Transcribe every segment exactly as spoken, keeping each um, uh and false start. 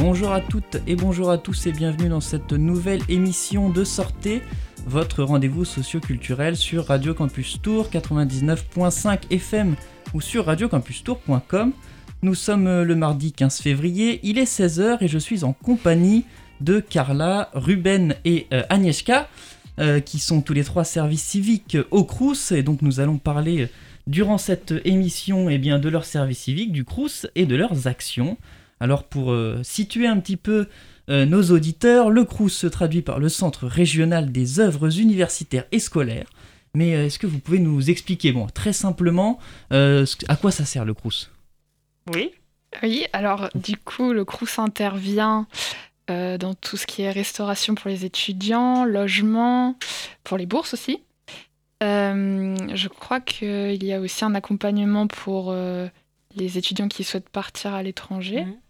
Bonjour à toutes et bonjour à tous et bienvenue dans cette nouvelle émission de Sortez, votre rendez-vous socio-culturel sur Radio Campus Tours quatre-vingt-dix-neuf virgule cinq F M ou sur radio campus tours point com. Nous sommes le mardi quinze février, il est seize heures et je suis en compagnie de Carla, Ruben et euh, Agnieszka, euh, qui sont tous les trois services civiques au Crous, et donc nous allons parler euh, durant cette émission eh bien, de leur service civique, du Crous et de leurs actions. Alors pour euh, situer un petit peu euh, nos auditeurs, le Crous se traduit par le Centre régional des œuvres universitaires et scolaires. Mais euh, est-ce que vous pouvez nous expliquer, bon, très simplement, euh, à quoi ça sert le Crous ? Oui. Oui, alors du coup, le Crous intervient euh, dans tout ce qui est restauration pour les étudiants, logement, pour les bourses aussi. Euh, je crois qu'il y a aussi un accompagnement pour euh, les étudiants qui souhaitent partir à l'étranger. Mmh.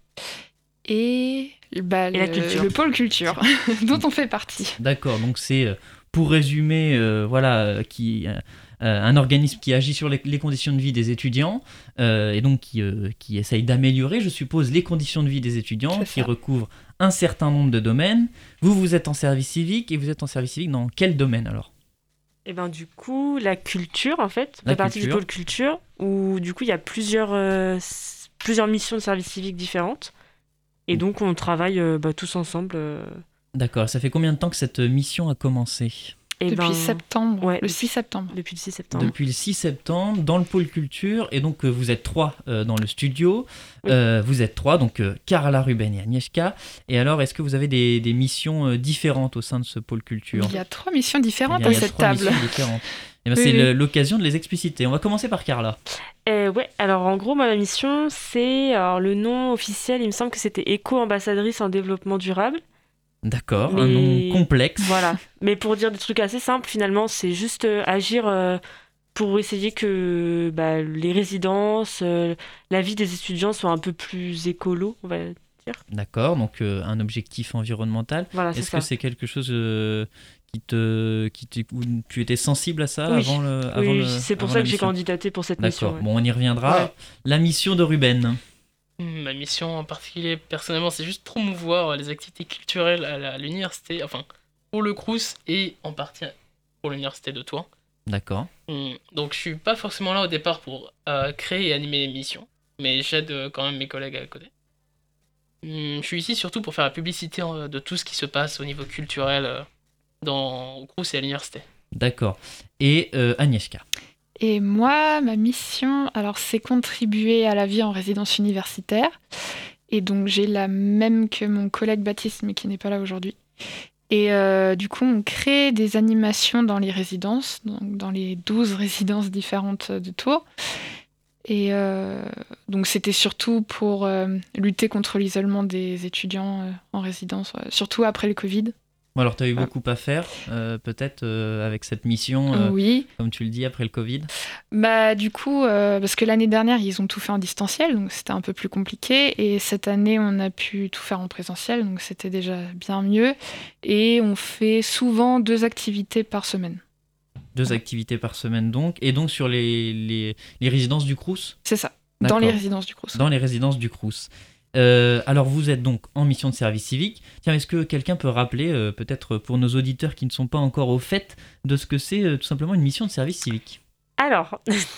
Et, bah, Et le, la culture. le pôle culture, dont on fait partie. D'accord, donc c'est, pour résumer, euh, voilà, qui, euh, un organisme qui agit sur les, les conditions de vie des étudiants, euh, et donc qui, euh, qui essaye d'améliorer, je suppose, les conditions de vie des étudiants, qui recouvre un certain nombre de domaines. Vous, vous êtes en service civique, et vous êtes en service civique dans quel domaine alors ? Et ben du coup, la culture, en fait, la fait partie culture. du pôle culture, où du coup, il y a plusieurs, euh, s- plusieurs missions de service civique différentes. Et donc, on travaille euh, bah, tous ensemble. Euh... D'accord, ça fait combien de temps que cette mission a commencé ? Et Depuis ben... septembre, ouais, le depuis... six septembre. Depuis le six septembre. Depuis le six septembre, dans le pôle culture, et donc euh, vous êtes trois euh, dans le studio. Oui. Euh, vous êtes trois, donc euh, Carla, Ruben et Agnieszka. Et alors, est-ce que vous avez des, des missions euh, différentes au sein de ce pôle culture ? Il y a trois missions différentes Il y a, à il y a cette trois table. missions différentes. Et ben, Oui, c'est oui. le- l'occasion de les expliciter. On va commencer par Carla. Euh, ouais, alors en gros, moi, ma mission, c'est... Alors, le nom officiel, il me semble que c'était éco-ambassadrice en développement durable. D'accord, Mais- un nom complexe. Voilà. Mais pour dire des trucs assez simples, finalement, c'est juste euh, agir euh, pour essayer que bah, les résidences, euh, la vie des étudiants soit un peu plus écolo, on va dire. D'accord, donc euh, un objectif environnemental. Voilà, c'est Est-ce ça. que c'est quelque chose euh, qui te, qui te, où tu étais sensible à ça Oui. avant le, Oui, avant le, c'est pour avant ça la que j'ai mission ? candidaté pour cette D'accord, mission. ouais. bon, on y reviendra. Ouais. La mission de Ruben. Ma mission en particulier, personnellement, c'est juste promouvoir les activités culturelles à, la- à l'université, enfin, pour le Crous et en partie pour l'université de Tours. D'accord. Hum, Donc, je suis pas forcément là au départ pour euh, créer et animer l'émission, mais j'aide euh, quand même mes collègues à côté. Hum, Je suis ici surtout pour faire la publicité euh, de tout ce qui se passe au niveau culturel euh, dans, au Crous et à l'université. D'accord. Et euh, Agnieszka. Et moi, ma mission, alors, c'est contribuer à la vie en résidence universitaire. Et donc, j'ai la même que mon collègue Baptiste, mais qui n'est pas là aujourd'hui. Et euh, du coup, on crée des animations dans les résidences, donc dans les douze résidences différentes de Tours. Et euh, donc, c'était surtout pour euh, lutter contre l'isolement des étudiants euh, en résidence, ouais, surtout après le Covid. Bon, alors, tu as eu Ah. beaucoup à faire, euh, peut-être, euh, avec cette mission, euh, Oui. comme tu le dis, après le Covid. Bah, du coup, euh, parce que l'année dernière, ils ont tout fait en distanciel, donc c'était un peu plus compliqué. Et cette année, on a pu tout faire en présentiel, donc c'était déjà bien mieux. Et on fait souvent deux activités par semaine. Deux activités par semaine, donc. Et donc, sur les, les, les résidences du Crous ? C'est ça, D'accord. dans les résidences du Crous. Dans les résidences du Crous. Euh, alors, vous êtes donc en mission de service civique. Tiens, est-ce que quelqu'un peut rappeler, euh, peut-être pour nos auditeurs qui ne sont pas encore au fait, de ce que c'est euh, tout simplement une mission de service civique ? Alors,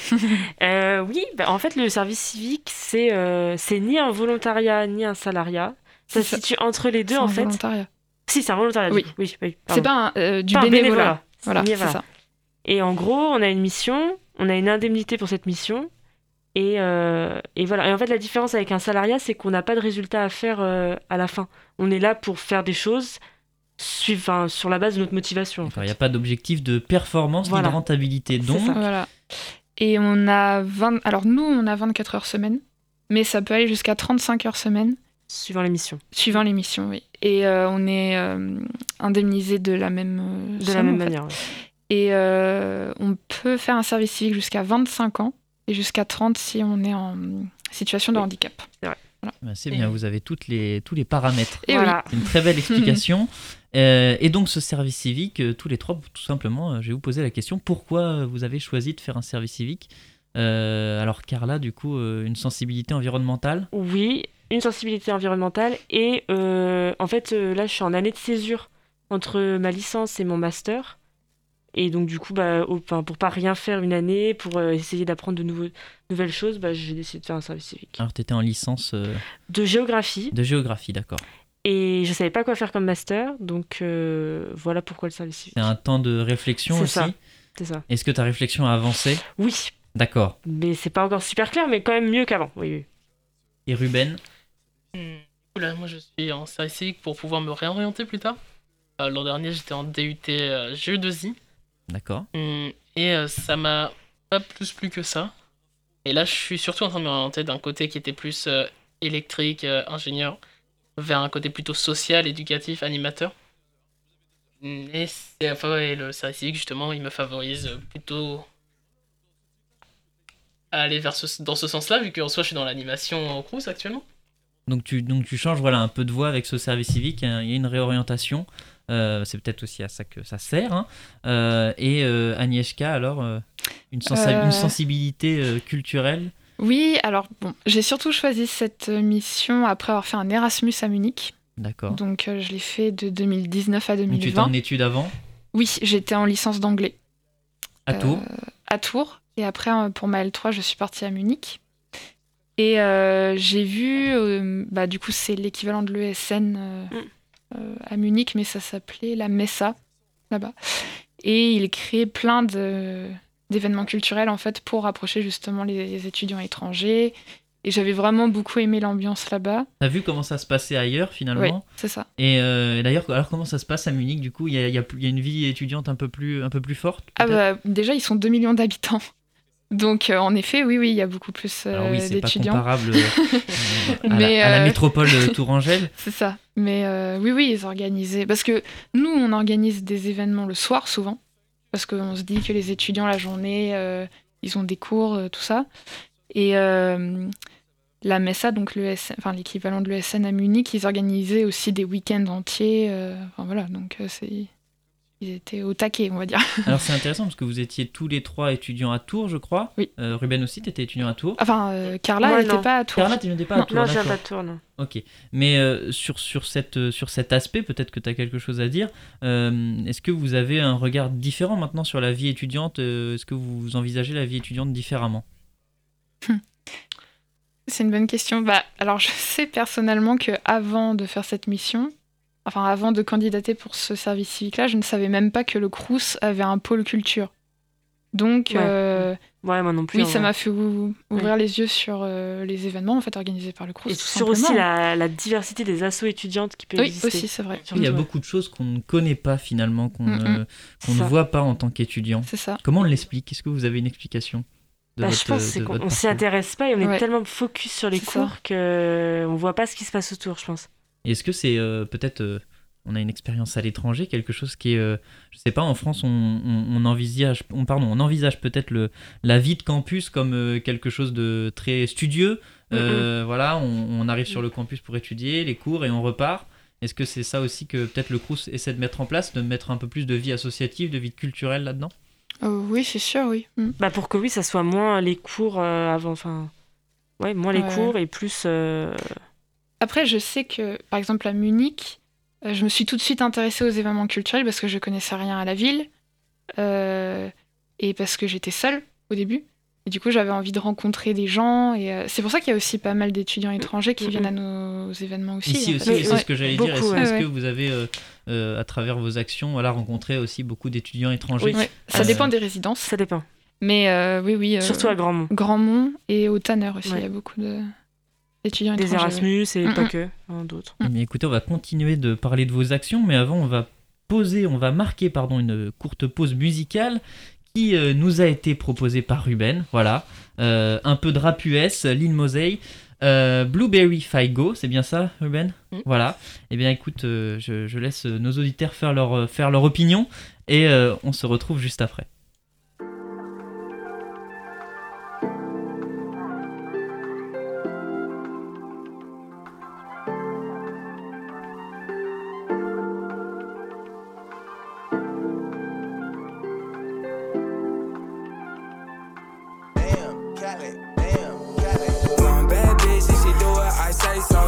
euh, oui, bah, en fait, le service civique, c'est euh, c'est ni un volontariat ni un salariat. Ça se C'est ça. situe entre les deux, C'est en un fait. volontariat. Si, c'est un volontariat. Oui. du coup. Oui, oui, C'est pardon. pas un, euh, du Pas un bénévolat. Voilà, Oui, c'est voilà. ça. Et en gros, on a une mission, on a une indemnité pour cette mission. Et, euh, et voilà. Et en fait, la différence avec un salariat, c'est qu'on n'a pas de résultat à faire euh, à la fin. On est là pour faire des choses suiv- enfin, sur la base de notre motivation. en Il fait. n'y a pas d'objectif de performance Voilà. ni de rentabilité. C'est Donc, ça. Voilà. Et on a vingt... Alors, nous, on a vingt-quatre heures semaine, mais ça peut aller jusqu'à trente-cinq heures semaine, Suivant les missions. suivant les missions, oui. Et euh, on est euh, indemnisé de la même euh, De la somme, même en fait. manière. ouais. Et euh, on peut faire un service civique jusqu'à vingt-cinq ans et jusqu'à trente si on est en situation de Oui. handicap. bah, c'est Et- bien, vous avez toutes les, tous les paramètres. Et voilà. C'est une très belle explication. Euh, et donc, ce service civique, euh, tous les trois, tout simplement, euh, je vais vous poser la question, pourquoi euh, vous avez choisi de faire un service civique ? Euh, alors, Carla, du coup, euh, une sensibilité environnementale ? Oui, une sensibilité environnementale et euh, en fait euh, là je suis en année de césure entre ma licence et mon master. Et donc du coup, bah, au, enfin, pour pas rien faire une année, pour euh, essayer d'apprendre de nouveaux, nouvelles choses, bah, j'ai décidé de faire un service civique. Alors tu étais en licence euh, de géographie. De géographie, d'accord. Et je savais pas quoi faire comme master, donc euh, voilà pourquoi le service civique. C'est un temps de réflexion c'est aussi. Ça. C'est ça. Est-ce que ta réflexion a avancé ? Oui. D'accord. Mais c'est pas encore super clair, mais quand même mieux qu'avant. Oui, oui. Et Ruben ? Mmh. Oula, moi je suis en service civique pour pouvoir me réorienter plus tard. Euh, l'an dernier, j'étais en D U T euh, G E deux I. D'accord. Mmh. Et euh, ça m'a pas plus plu que ça. Et là, je suis surtout en train de me réorienter d'un côté qui était plus euh, électrique, euh, ingénieur, vers un côté plutôt social, éducatif, animateur. Et, c'est, enfin, et le service civique, justement, il me favorise plutôt à aller vers ce, dans ce sens-là, vu qu'en soi, je suis dans l'animation au Crous actuellement. Donc tu, donc tu changes voilà, un peu de voie avec ce service civique, il y a une réorientation, euh, c'est peut-être aussi à ça que ça sert. Hein. Euh, et euh, Agnieszka, alors, euh, une, sensi- Euh... une sensibilité euh, culturelle ? Oui, alors bon, j'ai surtout choisi cette mission après avoir fait un Erasmus à Munich. D'accord. Donc euh, je l'ai fait de deux mille dix-neuf à deux mille vingt. Donc tu étais en études avant ? Oui, j'étais en licence d'anglais. À Tours ? euh, À Tours. Et après, euh, pour ma L trois, je suis partie à Munich. Et euh, j'ai vu, euh, bah, du coup, c'est l'équivalent de l'E S N euh, Mm. euh, à Munich, mais ça s'appelait la Messa, là-bas. Et il créait plein de, d'événements culturels, en fait, pour rapprocher justement les, les étudiants étrangers. Et j'avais vraiment beaucoup aimé l'ambiance là-bas. T'as vu comment ça se passait ailleurs, finalement ? Oui, c'est ça. Et euh, d'ailleurs, alors comment ça se passe à Munich, du coup ? Il y a, il y a, il y a une vie étudiante un peu plus, un peu plus forte, Ah peut-être ? bah, déjà, ils sont deux millions d'habitants. Donc, euh, en effet, oui, oui, il y a beaucoup plus euh, Alors oui, c'est pas d'étudiants. comparable euh, à, Mais, la, à la euh, métropole de Tourangelle. C'est ça. Mais euh, oui, oui, ils organisaient. Parce que nous, on organise des événements le soir, souvent. Parce qu'on se dit que les étudiants, la journée, euh, ils ont des cours, euh, tout ça. Et euh, la Messa, donc l'E S N, enfin, l'équivalent de l'E S N à Munich, ils organisaient aussi des week-ends entiers. Euh, enfin, voilà, donc euh, c'est... Ils étaient au taquet, on va dire. Alors c'est intéressant parce que vous étiez tous les trois étudiants à Tours, je crois. Oui. Euh, Ruben aussi, tu étais étudiant à Tours. Enfin, euh, Carla, Moi, elle n'était non. pas à Tours. Carla, tu n'étais pas à Non. Tours, Non, je viens d'accord. pas de Tours, non. Ok. Mais euh, sur, sur, cette, euh, sur cet aspect, peut-être que tu as quelque chose à dire. Euh, est-ce que vous avez un regard différent maintenant sur la vie étudiante ? euh, Est-ce que vous envisagez la vie étudiante différemment ? C'est une bonne question. Bah, alors, je sais personnellement qu'avant de faire cette mission, enfin, avant de candidater pour ce service civique-là, je ne savais même pas que le Crous avait un pôle culture. Donc, Ouais. euh, Ouais, moi non plus. oui, en ça vrai. m'a fait ou- ouvrir les yeux sur euh, les événements en fait, organisés par le Crous. Et tout sur aussi simplement. la, la diversité des assos étudiantes qui peut Oui, exister. aussi, c'est vrai. Il y a Ouais. beaucoup de choses qu'on ne connaît pas finalement, qu'on Mm, ne, mm. qu'on ne Ça. voit pas en tant qu'étudiant. C'est ça. Comment on l'explique ? Est-ce que vous avez une explication de Bah, votre, je pense c'est de qu'on votre on s'y parcours ? intéresse pas et on est Ouais. tellement focus sur les C'est ça. cours qu'on voit pas ce qui se passe autour, je pense. Et est-ce que c'est euh, peut-être, euh, on a une expérience à l'étranger, quelque chose qui est, euh, je sais pas, en France, on, on, on envisage, on, pardon, on envisage peut-être le, la vie de campus comme euh, quelque chose de très studieux. Euh, voilà, on, on arrive sur le campus pour étudier les cours et on repart. Est-ce que c'est ça aussi que peut-être le Crous essaie de mettre en place, de mettre un peu plus de vie associative, de vie culturelle là-dedans ? Euh, oui, c'est sûr, oui. Mm. Bah pour que oui, ça soit moins les cours euh, avant, enfin, ouais, moins les Ouais. cours et plus. euh, Après, je sais que, par exemple, à Munich, euh, je me suis tout de suite intéressée aux événements culturels parce que je connaissais rien à la ville euh, et parce que j'étais seule au début. Et du coup, j'avais envie de rencontrer des gens. Et euh, c'est pour ça qu'il y a aussi pas mal d'étudiants étrangers qui Mhm. viennent à nos événements aussi. Ici en aussi, fait. et c'est Ouais. ce que j'allais beaucoup, dire. Est-ce, ouais. est-ce Ouais, que ouais. vous avez, euh, euh, à travers vos actions, voilà, rencontré aussi beaucoup d'étudiants étrangers ? Ouais. Ça Euh, dépend des résidences. Ça dépend. Mais euh, oui, oui. euh, Surtout à Grandmont. Grandmont et au Tanner aussi. Ouais. Il y a beaucoup de... d'étudiants Des étrangers. oui. Erasmus et Mm, pas mm. que, hein, d'autres. Eh bien, écoutez, on va continuer de parler de vos actions, mais avant, on va poser, on va marquer, pardon, une courte pause musicale qui euh, nous a été proposée par Ruben. Voilà, Euh, un peu de rap U S, Lil Mosey, euh, Blueberry Faygo, c'est bien ça, Ruben ? Mm. Voilà. Eh bien, écoute, euh, je, je laisse nos auditeurs faire leur, faire leur opinion et euh, on se retrouve juste après. Damn, Cali, damn, Cali. One bad bitch, if she do it, I say so.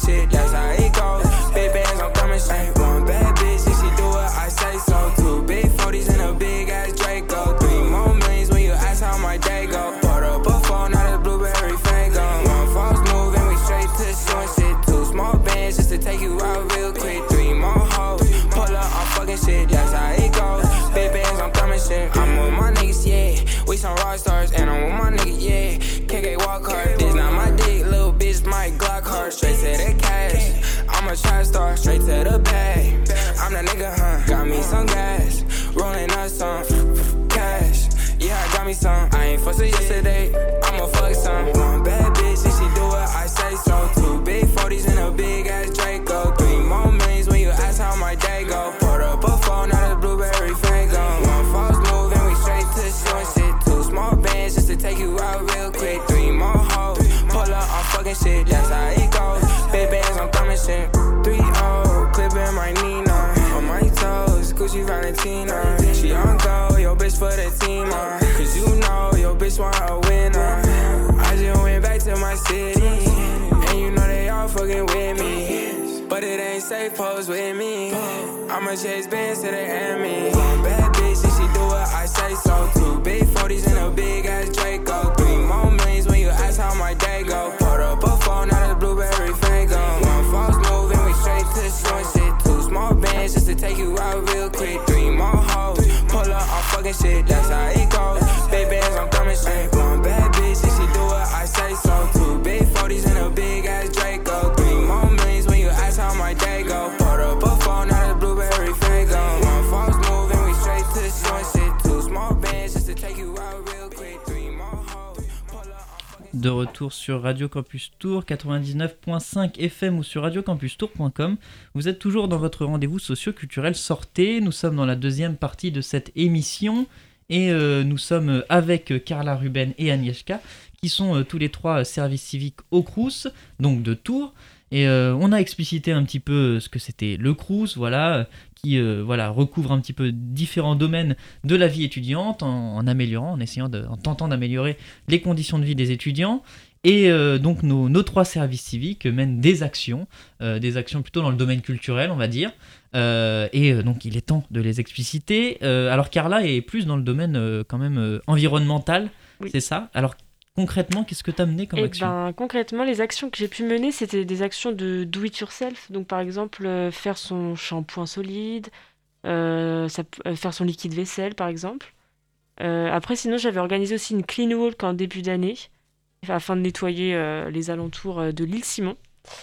shit, that's how it goes. Big bands, I'm coming straight. One bad bitch, if she do it, I say so. Two big forties and a big ass Draco. Three more millions when you ask how my day go. Put up a phone, not a blueberry fango. One false move and we straight to showing shit. Two small bands just to take you out real quick. Three more hoes, pull up, I'm fucking shit, that's how it goes. Big bands, I'm coming shit. I'm with my niggas, yeah. We some rock stars, and I'm with my niggas, yeah. K K walk hard, this not my dick, little bitch, my Glock hard. Straight to the cash, I'm a trap star, straight to the bag. I'm that nigga, huh? Got me some gas, rolling up some cash. Yeah, I got me some. I ain't fussing yesterday, I'ma fuck some. One bad bitch, if she do it, I say so. Two big forties and a big ass Draco. Three more millions when you ask how my day go. Put up a phone, not a blueberry fango. One false move and we straight to showing shit. Two small bands just to take you out real quick. Three more hoes, pull up, I'm fucking shit, that's how it goes. Big bands, I'm coming shit. Three oh, clipping my Nina. On my toes, Gucci Valentina. She on go, yo bitch for the team, uh. Cause you know, yo bitch want a winner. I just went back to my city, and you know they all fucking with me. But it ain't safe, pose with me. I'ma chase bands to the enemy. One bad bitch, if she do it, I say so. Two big forties and a big ass Draco. Three more millions when you ask how my day go. Put up a phone, not a blueberry fango. One false move and we straight to showing shit. Two small bands just to take you out real quick. Three more hoes, pull up, I'm fucking shit, that's how it goes. Big bands, I'm coming straight. One bad bitch, if she do it, I say so. Two big forties and a big ass Draco. Three more millions when you ask how my day go. Put up a phone, not a blueberry fango. One false move and we straight to showing shit. Two small bands just to take you out real quick. Three more hoes, pull up, I'm fucking. De retour sur Radio Campus Tour quatre-vingt-dix-neuf point cinq F M ou sur radio campus tour point com. Vous êtes toujours dans votre rendez-vous socio-culturel Sortez. Nous sommes dans la deuxième partie de cette émission et euh, nous sommes avec Carla, Ruben et Agnieszka qui sont euh, tous les trois euh, services civiques au Crous, donc de Tours. Et euh, on a explicité un petit peu ce que c'était le Crous, voilà, euh, qui euh, voilà, recouvre un petit peu différents domaines de la vie étudiante en, en améliorant, en essayant de, en tentant d'améliorer les conditions de vie des étudiants. Et euh, donc nos, nos trois services civiques mènent des actions, euh, des actions plutôt dans le domaine culturel, on va dire. Euh, et euh, donc il est temps de les expliciter. Euh, alors Carla est plus dans le domaine euh, quand même euh, environnemental, Oui. C'est ça. Alors concrètement, qu'est-ce que tu as mené comme Et action? ben, concrètement, les actions que j'ai pu mener, c'était des actions de do it yourself. Donc, par exemple, euh, faire son shampoing solide, euh, ça p- euh, faire son liquide vaisselle, par exemple. Euh, après, sinon, j'avais organisé aussi une clean walk en début d'année, afin de nettoyer euh, les alentours euh, de l'île Simon.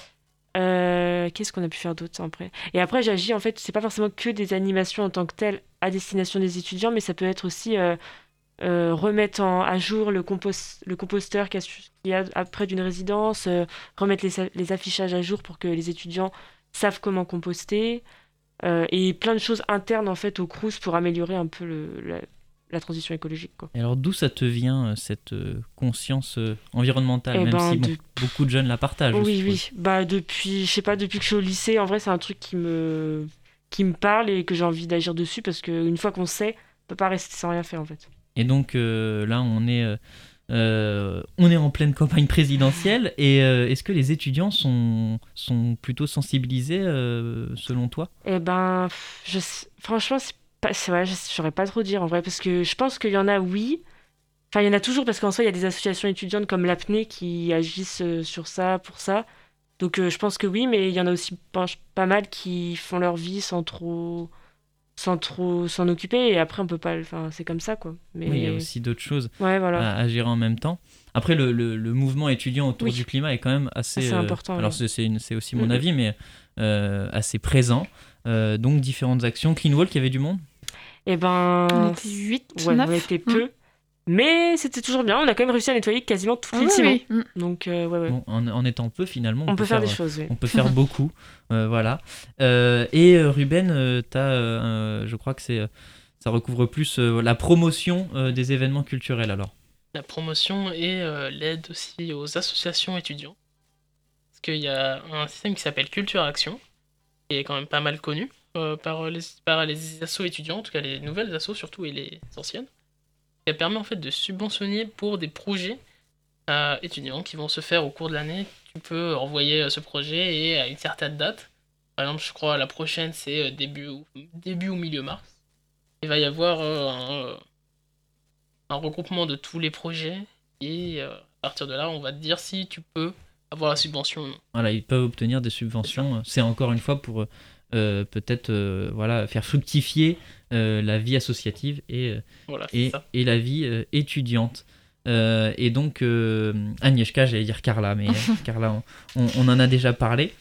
Euh, qu'est-ce qu'on a pu faire d'autre après? Et après, j'agis, en fait, c'est pas forcément que des animations en tant que telles à destination des étudiants, mais ça peut être aussi euh, euh, remettre en- à jour le, compos- le composteur qu'il y a, su- qu'il y a après d'une résidence, euh, remettre les, sa- les affichages à jour pour que les étudiants savent comment composter, euh, et plein de choses internes en fait au Crous pour améliorer un peu le- la, la transition écologique, quoi. Et alors d'où ça te vient euh, cette euh, conscience euh, environnementale, Eh même ben, si bon, de- beaucoup de jeunes la partagent. je Oui, suppose. oui. Bah depuis, je sais pas, depuis que je suis au lycée, en vrai, c'est un truc qui me qui me parle et que j'ai envie d'agir dessus parce qu'une fois qu'on sait, on peut pas rester sans rien faire en fait. Et donc euh, là, on est, euh, euh, on est en pleine campagne présidentielle. Et euh, est-ce que les étudiants sont, sont plutôt sensibilisés euh, selon toi? Eh ben, pff, je, sais- franchement, c'est pas, c'est vrai, je saurais pas trop dire en vrai parce que je pense qu'il y en a, oui. Enfin, il y en a toujours parce qu'en soi, il y a des associations étudiantes comme l'A P N E qui agissent euh, sur ça, pour ça. Donc, euh, je pense que oui, mais il y en a aussi pas, pas mal qui font leur vie sans trop, sans trop s'en occuper. Et après, on peut pas. le- Enfin, c'est comme ça, quoi. Mais Oui, il y a aussi d'autres choses ouais, voilà. à, à gérer en même temps. Après, le, le- le mouvement étudiant autour Oui. du climat est quand même assez... Assez euh, important, alors, oui. c'est, c'est une- c'est aussi mon Mhm. avis, mais euh, assez présent. Euh, donc, différentes actions. Clean Walk, il y avait du monde? Et ben, On était huit, ouais, neuf. on était peu, mais c'était toujours bien. On a quand même réussi à nettoyer quasiment toute Ah l'île oui, Simon. oui. Mm. Donc, euh, ouais, ouais. Bon, en, en étant peu, finalement, on, peut faire, des euh, choses, oui. On peut faire beaucoup, euh, voilà. Euh, et euh, Ruben, euh, t'as, euh, je crois que c'est, euh, ça recouvre plus euh, la promotion euh, des événements culturels, alors. La promotion et euh, l'aide aussi aux associations étudiants. Parce qu'il y a un système qui s'appelle Culture Action, qui est quand même pas mal connu euh, par, les, par les assos étudiants, en tout cas les nouvelles assos surtout et les anciennes. Elle permet en fait de subventionner pour des projets euh, étudiants qui vont se faire au cours de l'année tu peux envoyer ce projet et à une certaine date. Par exemple, je crois la prochaine, c'est début, début ou milieu mars. Il va y avoir un, un regroupement de tous les projets et à partir de là, on va te dire si tu peux avoir la subvention ou non. Voilà, ils peuvent obtenir des subventions. C'est, c'est encore une fois pour euh, peut-être euh, voilà, faire fructifier euh, la vie associative et, voilà, et, et la vie euh, étudiante. Euh, et donc, euh, Agnieszka, j'allais dire Carla, mais Carla, on, on en a déjà parlé.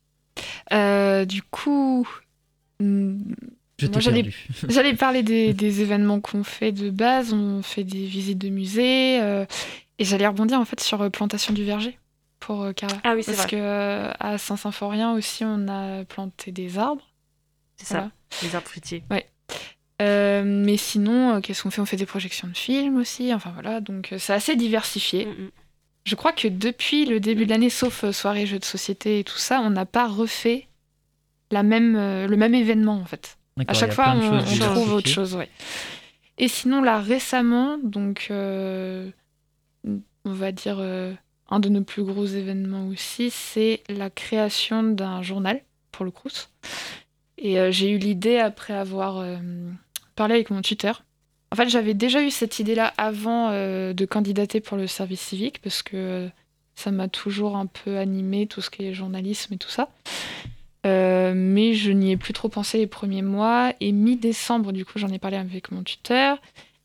Euh, du coup, je t'ai moi, j'allais, perdu. j'allais parler des, des événements qu'on fait de base. On fait des visites de musées euh, et j'allais rebondir en fait sur euh, plantation du verger pour euh, Carla. Ah oui, c'est Parce vrai. que euh, à Saint-Symphorien aussi, on a planté des arbres. C'est Voilà. ça, les arbres fruitiers. Euh, mais sinon, euh, qu'est-ce qu'on fait? On fait des projections de films aussi. Enfin voilà, donc euh, c'est assez diversifié. Mm-mm. Je crois que depuis le début de l'année, sauf euh, soirée, jeux de société et tout ça, on n'a pas refait la même, euh, le même événement en fait. D'accord, À il y chaque a fois, plein de on, choses on diversifiées. trouve autre chose. Ouais. Et sinon, là, récemment, donc, euh, on va dire, euh, un de nos plus gros événements aussi, c'est la création d'un journal pour le Crous. Et euh, j'ai eu l'idée après avoir euh, parlé avec mon tuteur. En fait, j'avais déjà eu cette idée-là avant euh, de candidater pour le service civique, parce que euh, ça m'a toujours un peu animée, tout ce qui est journalisme et tout ça. Euh, mais je n'y ai plus trop pensé les premiers mois. Et mi-décembre, du coup, j'en ai parlé avec mon tuteur.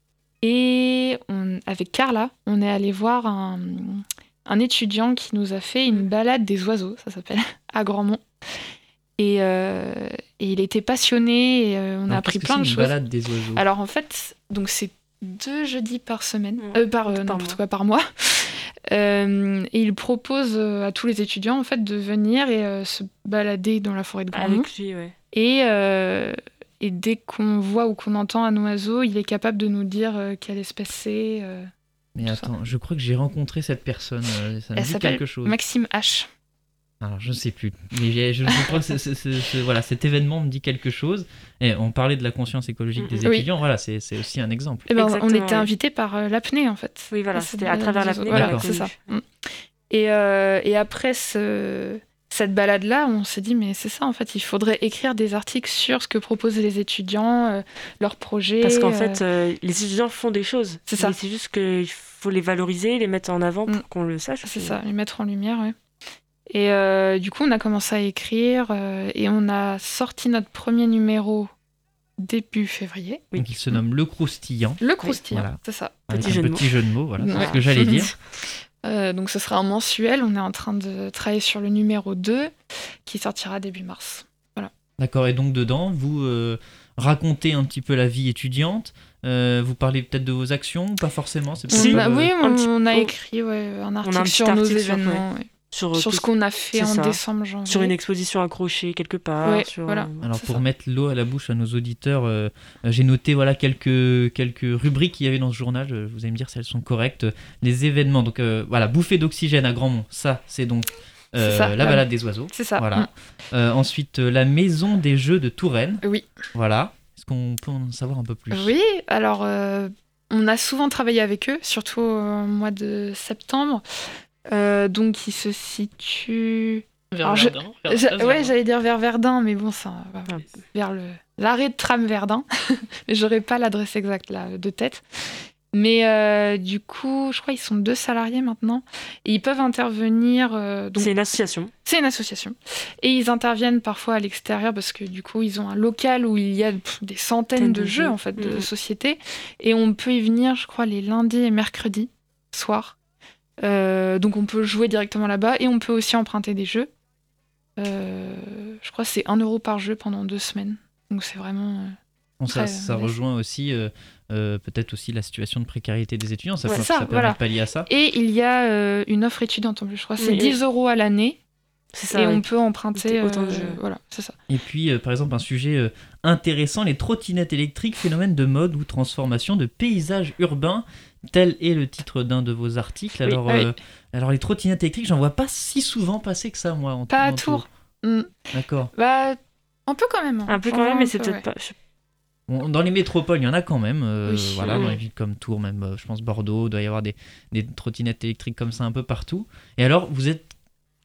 Et on, avec Carla, on est allé voir un, un étudiant qui nous a fait une balade des oiseaux, ça s'appelle, à Grandmont. Et, euh, et il était passionné, et euh, on Alors, a appris qu'est-ce que plein c'est de une choses. balade des oiseaux. Alors en fait, donc c'est deux jeudis par semaine, Mmh. euh, par, euh, Par n'importe mois. quoi, par mois. Euh, et il propose euh, à tous les étudiants en fait de venir et euh, se balader dans la forêt de Grandmont. Avec lui, ouais. Et, euh, et dès qu'on voit ou qu'on entend un oiseau, il est capable de nous dire euh, quelle espèce c'est. euh. Mais tout attends, je crois que j'ai rencontré cette personne. euh, Ça me Elle dit s'appelle quelque chose. Maxime H. Alors, je ne sais plus. Mais j'ai- je, je crois que c'est- c'est- c'est- c'est- voilà, cet événement me dit quelque chose. Et on parlait de la conscience écologique des Oui. étudiants. Voilà, c'est c'est aussi un exemple. Eh ben, on Exactement, était ouais. invités par euh, l'apnée en fait. Oui, voilà, Et cette c'était à balade travers des l'apnée oiseaux. qu'on Voilà, l'a c'est ça. connu. Mm. Et, euh, et après ce, cette balade-là, on s'est dit, mais c'est ça, en fait, il faudrait écrire des articles sur ce que proposent les étudiants, euh, leurs projets. Parce qu'en euh, fait, euh, les étudiants font des choses. C'est ça. Mais c'est juste qu'il faut les valoriser, les mettre en avant pour Mm. qu'on le sache. c'est ça, les mettre en lumière, ouais. Et euh, du coup, on a commencé à écrire euh, et on a sorti notre premier numéro début février. Oui. Donc, il se nomme Le Croustillant. Le croustillant, voilà. c'est ça. Avec Petit un jeu de petit jeu de mots, voilà, c'est Ouais. ce que j'allais dire. Euh, donc ce sera un mensuel. On est en train de travailler sur le numéro deux qui sortira début mars. D'accord, et donc dedans, vous euh, racontez un petit peu la vie étudiante. euh, vous parlez peut-être de vos actions, pas forcément. C'est Si. peut-être, On a- euh, oui, on, un petit- on a on- écrit ouais, un un article petit sur nos article sur- événements, ouais. Sur, sur ce qu'on a fait c'est en ça. décembre, janvier. sur une exposition accrochée quelque part. Ouais, sur, voilà. euh, Alors c'est pour ça. mettre l'eau à la bouche à nos auditeurs, euh, euh, j'ai noté voilà quelques quelques rubriques qu'il y avait dans ce journal. Je- vous allez me dire si elles sont correctes. Les événements, donc euh, voilà, bouffée d'oxygène à Grandmont, ça c'est donc euh, C'est ça, la la- balade des oiseaux. C'est ça. Voilà. Euh, ensuite euh, la maison des jeux de Touraine. Mm. Oui. Voilà. Est-ce qu'on peut en savoir un peu plus? Oui, alors euh, on a souvent travaillé avec eux, surtout au mois de septembre. Euh, donc ils se situent. Vers Alors, je- Verdun. vers Ja- Place ouais, Verdun. j'allais dire vers Verdun, mais bon, ça va Ah. vers le l'arrêt de tram Verdun. Mais j'aurais pas l'adresse exacte là de tête. Mais euh, du coup, je crois qu'ils sont deux salariés maintenant et ils peuvent intervenir. euh, donc C'est une association. c'est une association et ils interviennent parfois à l'extérieur parce que du coup ils ont un local où il y a pff, des centaines de de jeux jeux. en fait de Mhm. sociétés et on peut y venir, je crois, les lundis et mercredis soir. Euh, donc on peut jouer directement là-bas et on peut aussi emprunter des jeux. Euh, je crois que c'est un euro par jeu pendant deux semaines. Donc c'est vraiment. euh, Bon, ça, très, ça euh, rejoint aussi euh, euh, peut-être aussi la situation de précarité des étudiants. Ça, Ouais, peut- ça, ça permet voilà. de pallier à ça. Et il y a euh, une offre étudiante en plus, je crois. C'est Oui. dix euros à l'année C'est ça. et ouais. on peut emprunter. C'était autant de euh, jeux. Voilà, c'est ça. Et puis, euh, par exemple, un sujet euh, intéressant, les trottinettes électriques, phénomène de mode ou transformation de paysages urbains. Tel est le titre d'un de vos articles. Oui, Alors, oui. euh, alors les trottinettes électriques, j'en vois pas si souvent passer que ça, moi. En, Pas à en Tours. Mm. D'accord. Bah, un peu quand même. hein. Un peu quand Enfin, même, mais un c'est peu, peut-être ouais. pas. je- Bon, dans les métropoles, il y en a quand même. euh, Oui. Voilà, Mhm. dans les villes comme Tours, même, euh, je pense Bordeaux, il doit y avoir des, des trottinettes électriques comme ça un peu partout. Et alors, vous êtes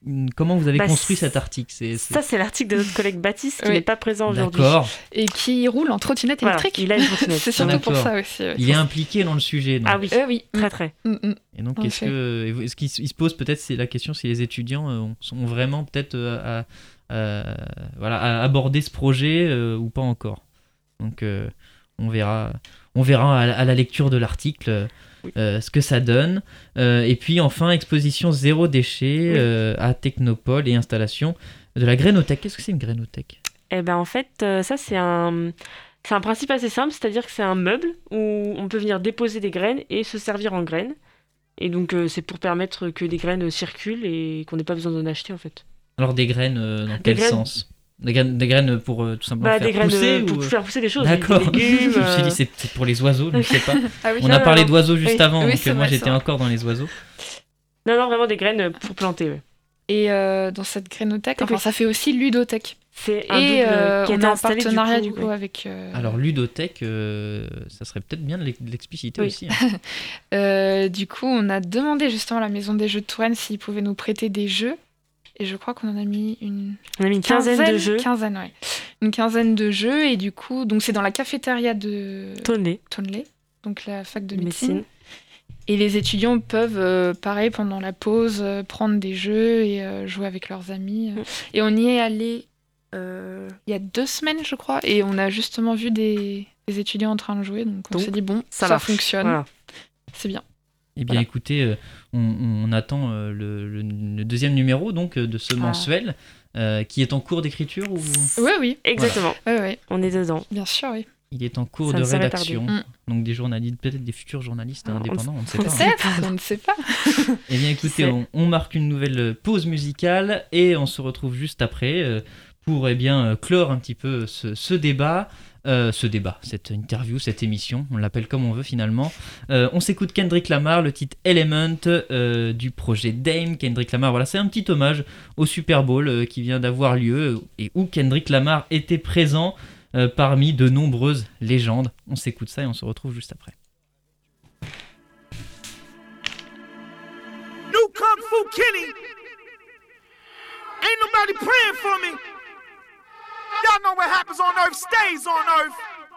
comment vous avez Bah, construit c'est- cet article. C'est, c'est... Ça, c'est l'article de notre collègue Baptiste qui Oui. n'est pas présent aujourd'hui. D'accord. Et qui roule en trottinette Voilà, électrique. il a une trottinette. C'est surtout D'accord. pour ça aussi. ouais. Il est impliqué dans le sujet. Donc. Ah oui, Euh, oui. très très. Mm, mm. Et donc, En est-ce effet. que, est-ce qu'il s- il se pose peut-être, c'est la question, si les étudiants euh, ont- sont vraiment peut-être euh, à, à- voilà, à aborder ce projet euh, ou pas encore. Donc, euh, on verra, on verra à, la- à la lecture de l'article euh, Oui. euh, ce que ça donne. Euh, et puis, enfin, exposition zéro déchet Oui. euh, à Technopole et installation de la grainothèque. Qu'est-ce que c'est une grainothèque? Eh ben en fait, euh, ça c'est un, c'est un principe assez simple, c'est-à-dire que c'est un meuble où on peut venir déposer des graines et se servir en graines. Et donc euh, c'est pour permettre que des graines circulent et qu'on n'ait pas besoin d'en acheter en fait. Alors, des graines, euh, dans quel graines- sens? Des graines, des graines pour euh, tout simplement Bah, faire des graines pousser euh, pour ou... faire pousser des choses, D'accord. des légumes. Je me suis euh, dit c'est peut-être pour les oiseaux, je ne sais pas. Ah oui, On Non, a non, parlé non. d'oiseaux juste Oui, avant, oui, donc c'est euh, moi vrai, j'étais c'est vrai. encore dans les oiseaux. Non, non, vraiment des graines pour planter. ouais. Et euh, dans cette grainothèque, Oui. enfin, ça fait aussi ludothèque. C'est un Et double euh, qui a on été est en installé partenariat du coup, ouais. avec. euh, Alors ludothèque, euh, ça serait peut-être bien de l'ex- de l'expliciter Oui. aussi. hein. euh, du coup, on a demandé justement à la Maison des Jeux de Touraine s'ils pouvaient nous prêter des jeux. Et je crois qu'on en a mis une On a mis une quinzaine, de jeux. Quinzaine, ouais. Une quinzaine de jeux. Et du coup, donc c'est dans la cafétéria de Tonné, Tonley, donc la fac de de médecine. médecine. Et les étudiants peuvent, euh, pareil, pendant la pause, euh, prendre des jeux et euh, jouer avec leurs amis. euh. Mm. Et on y est allé euh, il y a deux semaines, je crois, et on a justement vu des, des étudiants en train de jouer. Donc on Donc, s'est dit, bon, ça ça, marche. fonctionne, Voilà. c'est bien. Eh bien Voilà. écoutez, euh, on, on attend euh, le, le- le deuxième numéro donc euh, de ce Ah. mensuel euh, qui est en cours d'écriture ou Oui, oui, Exactement, ouais, ouais, on est dedans. bien sûr, oui. il est en cours Ça de ne serait rédaction. tardé. Donc des journalistes, peut-être des futurs journalistes Ah, on indépendants, on ne sait on pas. ne hein. sait Peut-être, on ne sait pas. Eh bien écoutez, C'est- on, on marque une nouvelle pause musicale et on se retrouve juste après euh, pour eh bien, euh, clore un petit peu ce, ce débat. Euh, ce débat, cette interview, cette émission, on l'appelle comme on veut finalement. Euh, on s'écoute Kendrick Lamar, le titre Element euh, du projet Dame. Kendrick Lamar, voilà, c'est un petit hommage au Super Bowl euh, qui vient d'avoir lieu euh, et où Kendrick Lamar était présent euh, parmi de nombreuses légendes. On s'écoute ça et on se retrouve juste après. New Kung Fu Kenny. Ain't nobody praying for me. Y'all know what happens on Earth stays on Earth.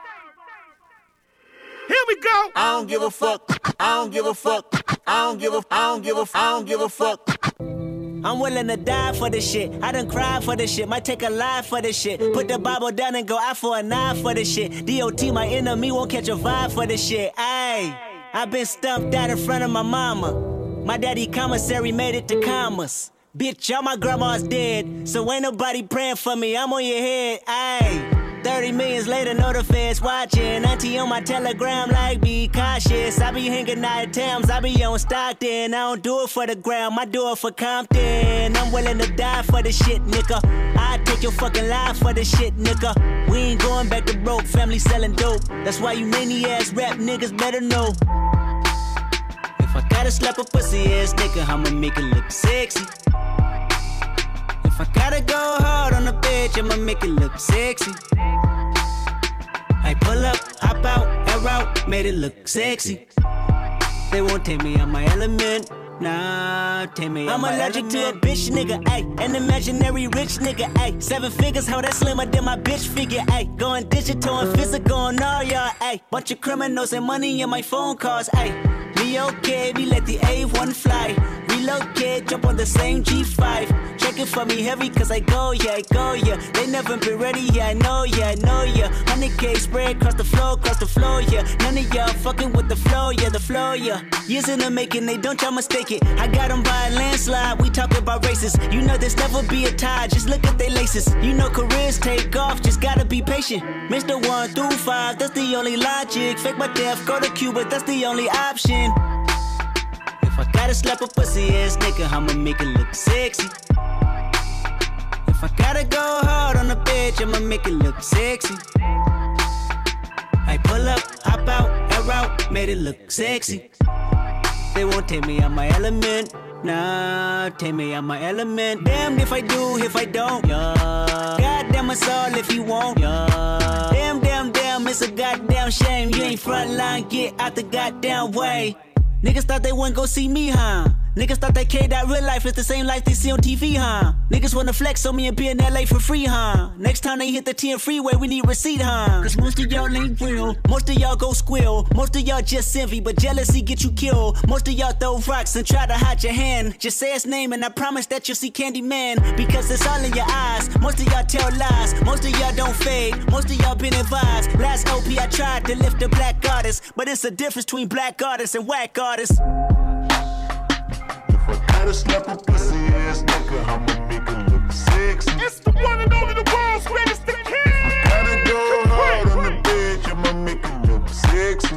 Here we go. I don't give a fuck. I don't give a fuck. I don't give a. I don't give a. I don't give a fuck. I'm willing to die for this shit. I done cried for this shit. Might take a life for this shit. Put the Bible down and go out for a knife for this shit. D O T, my enemy, won't catch a vibe for this shit. Ayy, I been stumped out in front of my mama. My daddy commissary made it to commas. Bitch, all my grandma's dead, so ain't nobody praying for me. I'm on your head, ayy. thirty millions later, know the feds watching. Auntie on my telegram, like, be cautious. I be hanging out at Tams, I be on Stockton. I don't do it for the gram, I do it for Compton. I'm willing to die for this shit, nigga. I take your fucking life for this shit, nigga. We ain't going back to broke, family selling dope. That's why you many ass rap niggas better know. If I gotta slap a pussy ass nigga, I'ma make it look sexy. If I gotta go hard on the bitch, I'ma make it look sexy. I pull up, hop out, air out, made it look sexy. They won't take me out my element, nah, take me out I'm my allergic element. To a bitch nigga, ayy, an imaginary rich nigga, ayy. Seven figures, how that slimmer than my bitch figure, ayy. Going digital and physical on all y'all, ayy. Bunch of criminals and money in my phone calls, ayy. Me okay, we let the A one fly. Relocate, jump on the same G five. Check it for me heavy, cause I go, yeah, I go, yeah. They never been ready, yeah, I know, yeah, I know, yeah. one hundred K spread across the floor, across the floor, yeah. None of y'all fucking with the flow, yeah, the flow, yeah. Years in the making, they don't y'all mistake it. I got them by a landslide, we talking about races. You know there's never be a tie, just look at they laces. You know careers take off, just gotta be patient. Mister one through five, that's the only logic. Fake my death, go to Cuba, that's the only option. If I gotta slap a pussy ass nigga, I'ma make it look sexy. If I gotta go hard on a bitch, I'ma make it look sexy. I pull up, hop out, air out, made it look sexy. They won't take me out my element, nah, take me out my element. Damn if I do, if I don't, yeah. Goddamn us all if you won't, yeah. Damn, damn, damn, it's a goddamn shame. You ain't frontline, get out the goddamn way. Niggas thought they wouldn't go see me, huh? Niggas thought they cared that real life is the same life they see on T V, huh? Niggas wanna flex on me and be in L A for free, huh? Next time they hit the ten freeway, we need receipt, huh? Cause most of y'all ain't real, most of y'all go squill, most of y'all just envy, but jealousy get you killed. Most of y'all throw rocks and try to hide your hand. Just say his name and I promise that you'll see Candyman, because it's all in your eyes. Most of y'all tell lies, most of y'all don't fade, most of y'all been advised. Last O P I tried to lift a black artist, but it's a difference between black artists and whack artists. If I gotta slap a pussy ass nigga, I'ma make her look sexy. It's the one and only, the world's greatest, the king. Gotta go hard on the bitch, I'ma make her look sexy.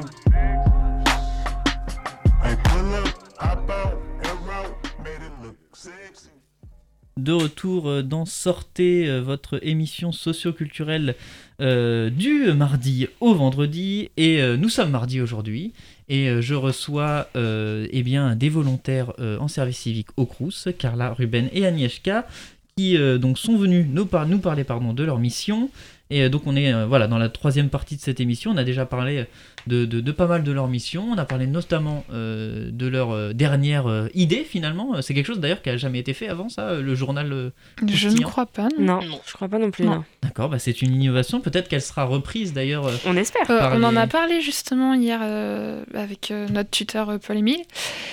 I pull up, hop out, air out, made it look sexy. De retour dans Sortez, votre émission socio-culturelle euh, du mardi au vendredi. Et euh, nous sommes mardi aujourd'hui. Et euh, je reçois euh, eh bien, des volontaires euh, en service civique au Crous, Carla, Ruben et Agnieszka, qui euh, donc, sont venus nous, par- nous parler pardon, de leur mission. Et euh, donc on est euh, voilà, dans la troisième partie de cette émission. On a déjà parlé de, de, de pas mal de leur mission. On a parlé notamment euh, de leur euh, dernière euh, idée finalement. C'est quelque chose d'ailleurs qui n'a jamais été fait avant ça, le journal euh, Je ne crois pas. Non, Non, non, je crois pas non plus. Non. Non. D'accord, bah c'est une innovation. Peut-être qu'elle sera reprise d'ailleurs. euh, On espère. Euh, Par on en les- a parlé justement hier euh, avec euh, notre tuteur euh, Paul-Émile.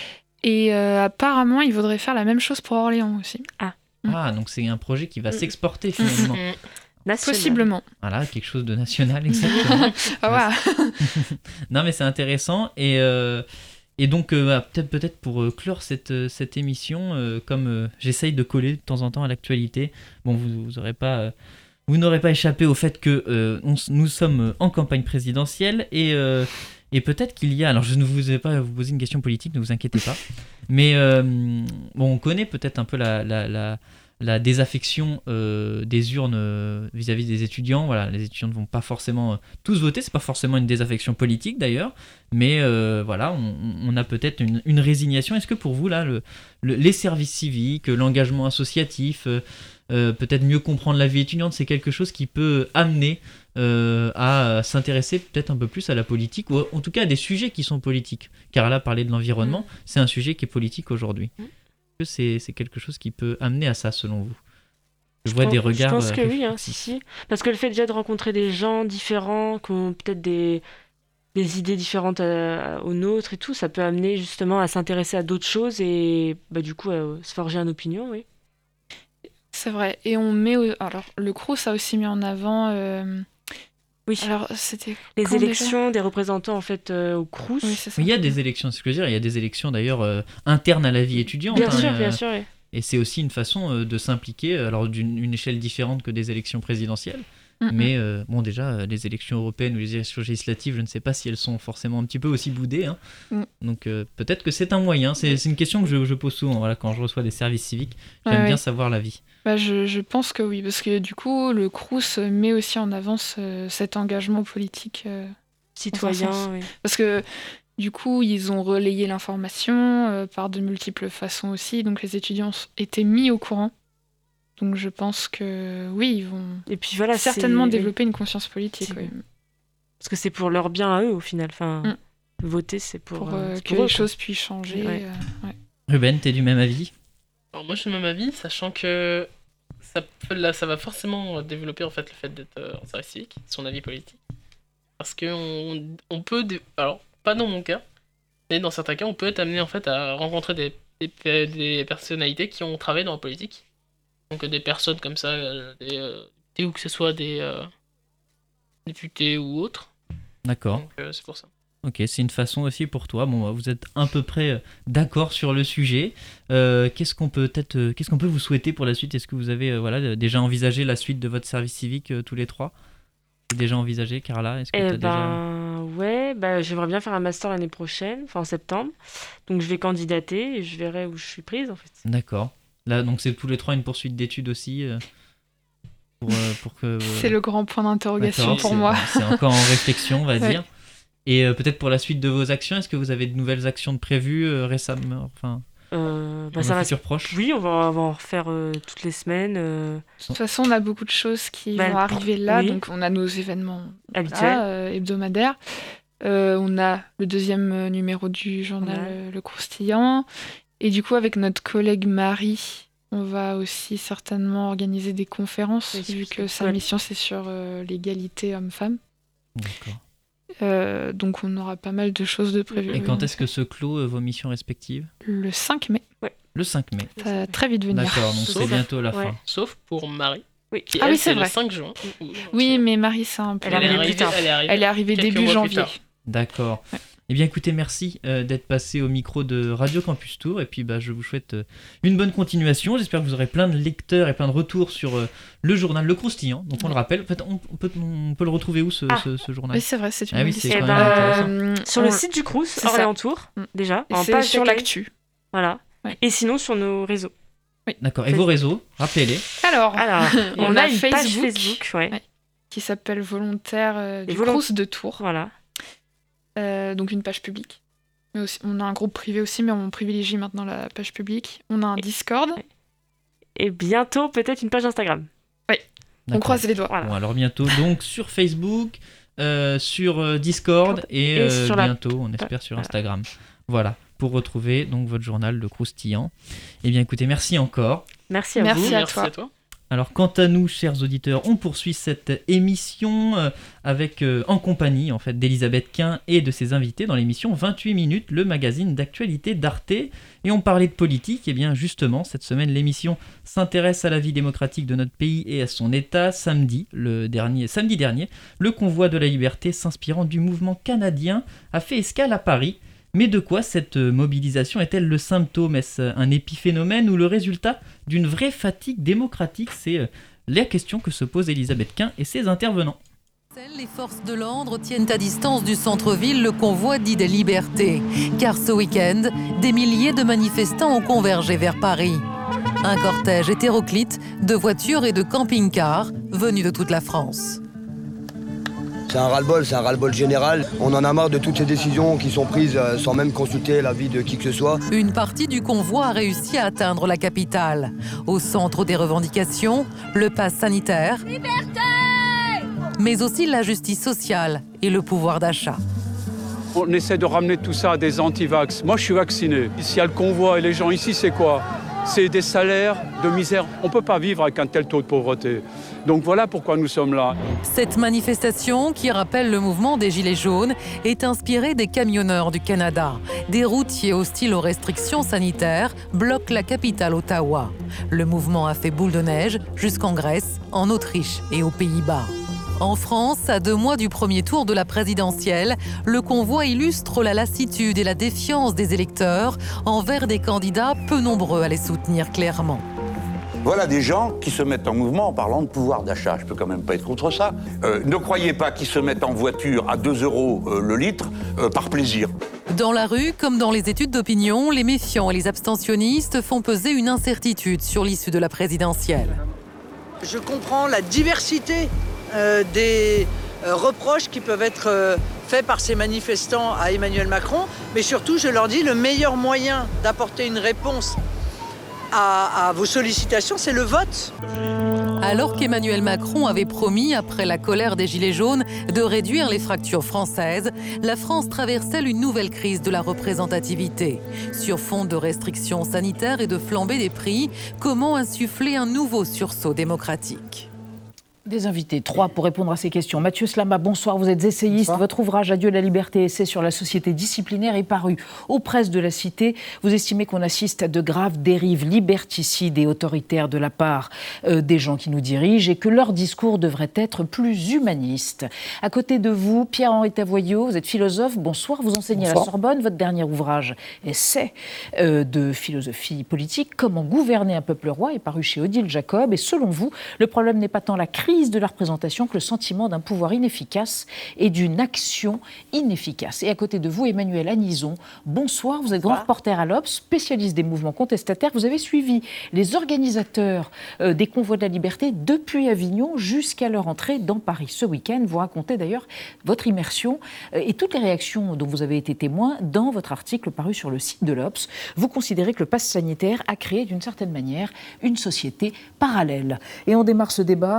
Et euh, apparemment, il voudrait faire la même chose pour Orléans aussi. Ah, donc c'est un projet qui va Mm. s'exporter finalement. Mm. National. Possiblement. Voilà, quelque chose de national exactement. Ah, voilà. Non mais c'est intéressant et, euh, et donc euh, bah, peut-être, peut-être pour euh, clore cette, euh, cette émission, euh, comme euh, j'essaye de coller de temps en temps à l'actualité, bon vous, vous aurez pas... euh, vous n'aurez pas échappé au fait que euh, on s- nous sommes en campagne présidentielle et, euh, et peut-être qu'il y a... Alors je ne vous ai pas vous poser une question politique, ne vous inquiétez pas. Mais euh, bon, on connaît peut-être un peu la, la, la, la désaffection euh, des urnes euh, vis-à-vis des étudiants. Voilà, les étudiants ne vont pas forcément euh, tous voter, c'est pas forcément une désaffection politique d'ailleurs, mais euh, voilà, on, on a peut-être une, une résignation. Est-ce que pour vous, là, le, le- les services civiques, l'engagement associatif, euh, euh, peut-être mieux comprendre la vie étudiante, c'est quelque chose qui peut amener euh, à s'intéresser peut-être un peu plus à la politique, ou en tout cas à des sujets qui sont politiques. Car là, parler de l'environnement, c'est un sujet qui est politique aujourd'hui. Mm. Est-ce que c'est, c'est quelque chose qui peut amener à ça, selon vous? Je vois des regards... Je pense euh, que oui, hein, si, si. Parce que le fait déjà de rencontrer des gens différents, qui ont peut-être des, des idées différentes à- aux nôtres et tout, ça peut amener justement à s'intéresser à d'autres choses et bah, du coup à se forger une opinion, oui. C'est vrai. Et on met. au- Alors, le Crous a aussi mis en avant. euh, Oui. Alors, c'était. Les quand déjà élections des représentants en fait euh, au Crous. Oui, c'est ça. Il y a des élections, c'est ce que je veux dire, il y a des élections d'ailleurs euh, internes à la vie étudiante. Bien hein, sûr, euh, bien sûr. oui. Et c'est aussi une façon euh, de s'impliquer, euh, alors d'une une échelle différente que des élections présidentielles. Mm, mm. Mais euh, bon, déjà, euh, les élections européennes ou les élections législatives, je ne sais pas si elles sont forcément un petit peu aussi boudées. Hein. Mm. Donc euh, peut-être que c'est un moyen. C'est, c'est une question que je, je pose souvent voilà, quand je reçois des services civiques. J'aime Ouais, bien ouais. savoir l'avis. Bah, je, je pense que oui, parce que du coup, le Crous met aussi en avant ce- cet engagement politique. euh, Citoyen, sens. oui. Parce que du coup, ils ont relayé l'information euh, par de multiples façons aussi, donc les étudiants s- étaient mis au courant. Donc je pense que oui, ils vont Et puis voilà, c'est- certainement oui. développer une conscience politique. C'est- oui. Parce que c'est pour leur bien à eux au final. Enfin, Mm. voter, c'est pour, Pour, euh, euh, c'est que pour les eux, quoi. choses puissent changer. Ouais. euh, ouais. Ruben, t'es du même avis? Alors moi je suis de même avis, sachant que ça, peut, là, ça va forcément développer en fait le fait d'être euh, en service civique, son avis politique. Parce que on, on peut, dé- alors pas dans mon cas, mais dans certains cas on peut être amené en fait à rencontrer des, des, pe- des personnalités qui ont travaillé dans la politique. Donc euh, des personnes comme ça, euh, des, euh, des- ou que ce soit des euh, députés ou autres. D'accord. Donc euh, c'est pour ça. Ok, c'est une façon aussi pour toi. Bon, bah, vous êtes à peu près euh, d'accord sur le sujet. Euh, qu'est-ce qu'on peut peut-être, euh, qu'est-ce qu'on peut vous souhaiter pour la suite? Est-ce que vous avez euh, voilà déjà envisagé la suite de votre service civique euh, tous les trois? C'est déjà envisagé, Carla? Est-ce que Eh t'as déjà... ben, ouais, bah, j'aimerais bien faire un master l'année prochaine, enfin en septembre. Donc je vais candidater et je verrai où je suis prise en fait. D'accord. Là, donc c'est tous les trois une poursuite d'études aussi euh, pour, euh, pour que. euh, C'est le grand point d'interrogation d'accord, pour c'est- moi. C'est encore en réflexion, on va Ouais. dire. Et euh, peut-être pour la suite de vos actions, est-ce que vous avez de nouvelles actions de prévues euh, récemment, enfin, Euh, bah, dans ça un va. futur proche? Oui, on va, on va en refaire euh, toutes les semaines euh, De toute façon, on a beaucoup de choses qui Bah, vont arriver là. oui. Donc, on a nos événements habituels. là, euh, hebdomadaires. Euh, on a le deuxième euh, numéro du journal Ouais. euh, Le Croustillant. Et du coup, avec notre collègue Marie, on va aussi certainement organiser des conférences, Oui, vu c'est que sa cool. mission, c'est sur euh, l'égalité homme-femme. D'accord. Euh, donc, on aura pas mal de choses de prévues. Et oui, quand en est-ce effet. que se clôt euh, vos missions respectives ? Le cinq mai. Le cinq mai. Ça va très vite venir. D'accord, donc c'est Sauf- bientôt la ouais. fin. Sauf pour Marie. Oui. Qui, Ah elle, oui, c'est c'est le vrai. cinq juin. Oui, mais Marie, c'est un peu... Elle Elle est arrivée arrivée, plus tard. elle est arrivée, Elle est arrivée quelques début mois plus janvier. tard. D'accord. Ouais. Eh bien écoutez, merci euh, d'être passé au micro de Radio Campus Tour et puis bah, je vous souhaite euh, une bonne continuation. J'espère que vous aurez plein de lecteurs et plein de retours sur euh, le journal Le Croustillant. Donc on le rappelle, en fait, on, on peut, on peut le retrouver où ce, Ah. ce, ce journal ? Oui, c'est vrai, c'est une Ah oui, bonne c'est idée. Eh quand ben, même intéressant. Euh, Sur on- le site du Crous, c'est ça. Orléans-Tour, Mm. déjà. et en c'est page sur d'accueil. l'actu. Voilà. Ouais. Et sinon, sur nos réseaux. D'accord. Et vos réseaux, rappelez-les. Alors, Alors, on, On a, a une page Facebook. Facebook, ouais. Ouais. qui s'appelle Volontaire euh, Les du volont- Crous de Tours. Voilà. Euh, donc une page publique. Mais aussi, on a un groupe privé aussi, mais on privilégie maintenant la page publique. On a un Et- Discord. Et bientôt, peut-être une page Instagram. On D'accord. croise les doigts. Voilà. Bon, alors bientôt donc sur Facebook, euh, sur euh, Discord et, Et euh, sur la- bientôt, on espère, sur Voilà. Instagram. Voilà, pour retrouver donc votre journal Le Croustillant. Eh bien écoutez, merci encore. Merci à Merci vous. à Merci toi. à toi. Alors quant à nous, chers auditeurs, on poursuit cette émission euh, avec euh, en compagnie en fait d'Elisabeth Quint et de ses invités dans l'émission vingt-huit minutes, le magazine d'actualité d'Arte. Et on parlait de politique, et bien justement cette semaine l'émission s'intéresse à la vie démocratique de notre pays et à son état. Samedi, le dernier, samedi dernier, le convoi de la liberté s'inspirant du mouvement canadien a fait escale à Paris. Mais de quoi cette mobilisation est-elle le symptôme ? Est-ce un épiphénomène ou le résultat d'une vraie fatigue démocratique ? C'est euh, la question que se pose Elisabeth Quint et ses intervenants. Les forces de l'ordre tiennent à distance du centre-ville le convoi dit des libertés. Car ce week-end, des milliers de manifestants ont convergé vers Paris. Un cortège hétéroclite de voitures et de camping-cars venus de toute la France. C'est un ras-le-bol, c'est un ras-le-bol général. On en a marre de toutes ces décisions qui sont prises euh, sans même consulter l'avis de qui que ce soit. Une partie du convoi a réussi à atteindre la capitale. Au centre des revendications, le pass sanitaire, mais aussi la justice sociale et le pouvoir d'achat. On essaie de ramener tout ça à des anti-vax. Moi, je suis vacciné. S'il y a le convoi et les gens ici, c'est quoi ? C'est des salaires de misère. On ne peut pas vivre avec un tel taux de pauvreté. Donc voilà pourquoi nous sommes là. Cette manifestation, qui rappelle le mouvement des Gilets jaunes, est inspirée des camionneurs du Canada. Des routiers hostiles aux restrictions sanitaires bloquent la capitale Ottawa. Le mouvement a fait boule de neige jusqu'en Grèce, en Autriche et aux Pays-Bas. En France, à deux mois du premier tour de la présidentielle, le convoi illustre la lassitude et la défiance des électeurs envers des candidats peu nombreux à les soutenir clairement. Voilà des gens qui se mettent en mouvement en parlant de pouvoir d'achat. Je peux quand même pas être contre ça. Euh, ne croyez pas qu'ils se mettent en voiture à deux euros euh, le litre euh, par plaisir. Dans la rue, comme dans les études d'opinion, les méfiants et les abstentionnistes font peser une incertitude sur l'issue de la présidentielle. Je comprends la diversité euh, des euh, reproches qui peuvent être euh, faits par ces manifestants à Emmanuel Macron, mais surtout, je leur dis, le meilleur moyen d'apporter une réponse à, à vos sollicitations, c'est le vote. Alors qu'Emmanuel Macron avait promis, après la colère des Gilets jaunes, de réduire les fractures françaises, la France traversait une nouvelle crise de la représentativité. Sur fond de restrictions sanitaires et de flambée des prix, comment insuffler un nouveau sursaut démocratique ? Des invités, trois pour répondre à ces questions. Mathieu Slama, bonsoir, vous êtes essayiste. Bonsoir. Votre ouvrage Adieu la liberté, essai sur la société disciplinaire est paru aux presses de la Cité. Vous estimez qu'on assiste à de graves dérives liberticides et autoritaires de la part euh, des gens qui nous dirigent et que leur discours devrait être plus humaniste. À côté de vous, Pierre-Henri Tavoyot, vous êtes philosophe. Bonsoir, vous enseignez Bonsoir. à la Sorbonne. Votre dernier ouvrage, Essai euh, de philosophie politique, Comment gouverner un peuple roi, est paru chez Odile Jacob. Et selon vous, le problème n'est pas tant la crise de la représentation que le sentiment d'un pouvoir inefficace et d'une action inefficace. Et à côté de vous, Emmanuel Anison, bonsoir, vous êtes grand reporter à l'Obs, spécialiste des mouvements contestataires. Vous avez suivi les organisateurs euh, des convois de la liberté depuis Avignon jusqu'à leur entrée dans Paris ce week-end. Vous racontez d'ailleurs votre immersion euh, et toutes les réactions dont vous avez été témoin dans votre article paru sur le site de l'Obs. Vous considérez que le pass sanitaire a créé d'une certaine manière une société parallèle. Et on démarre ce débat, euh,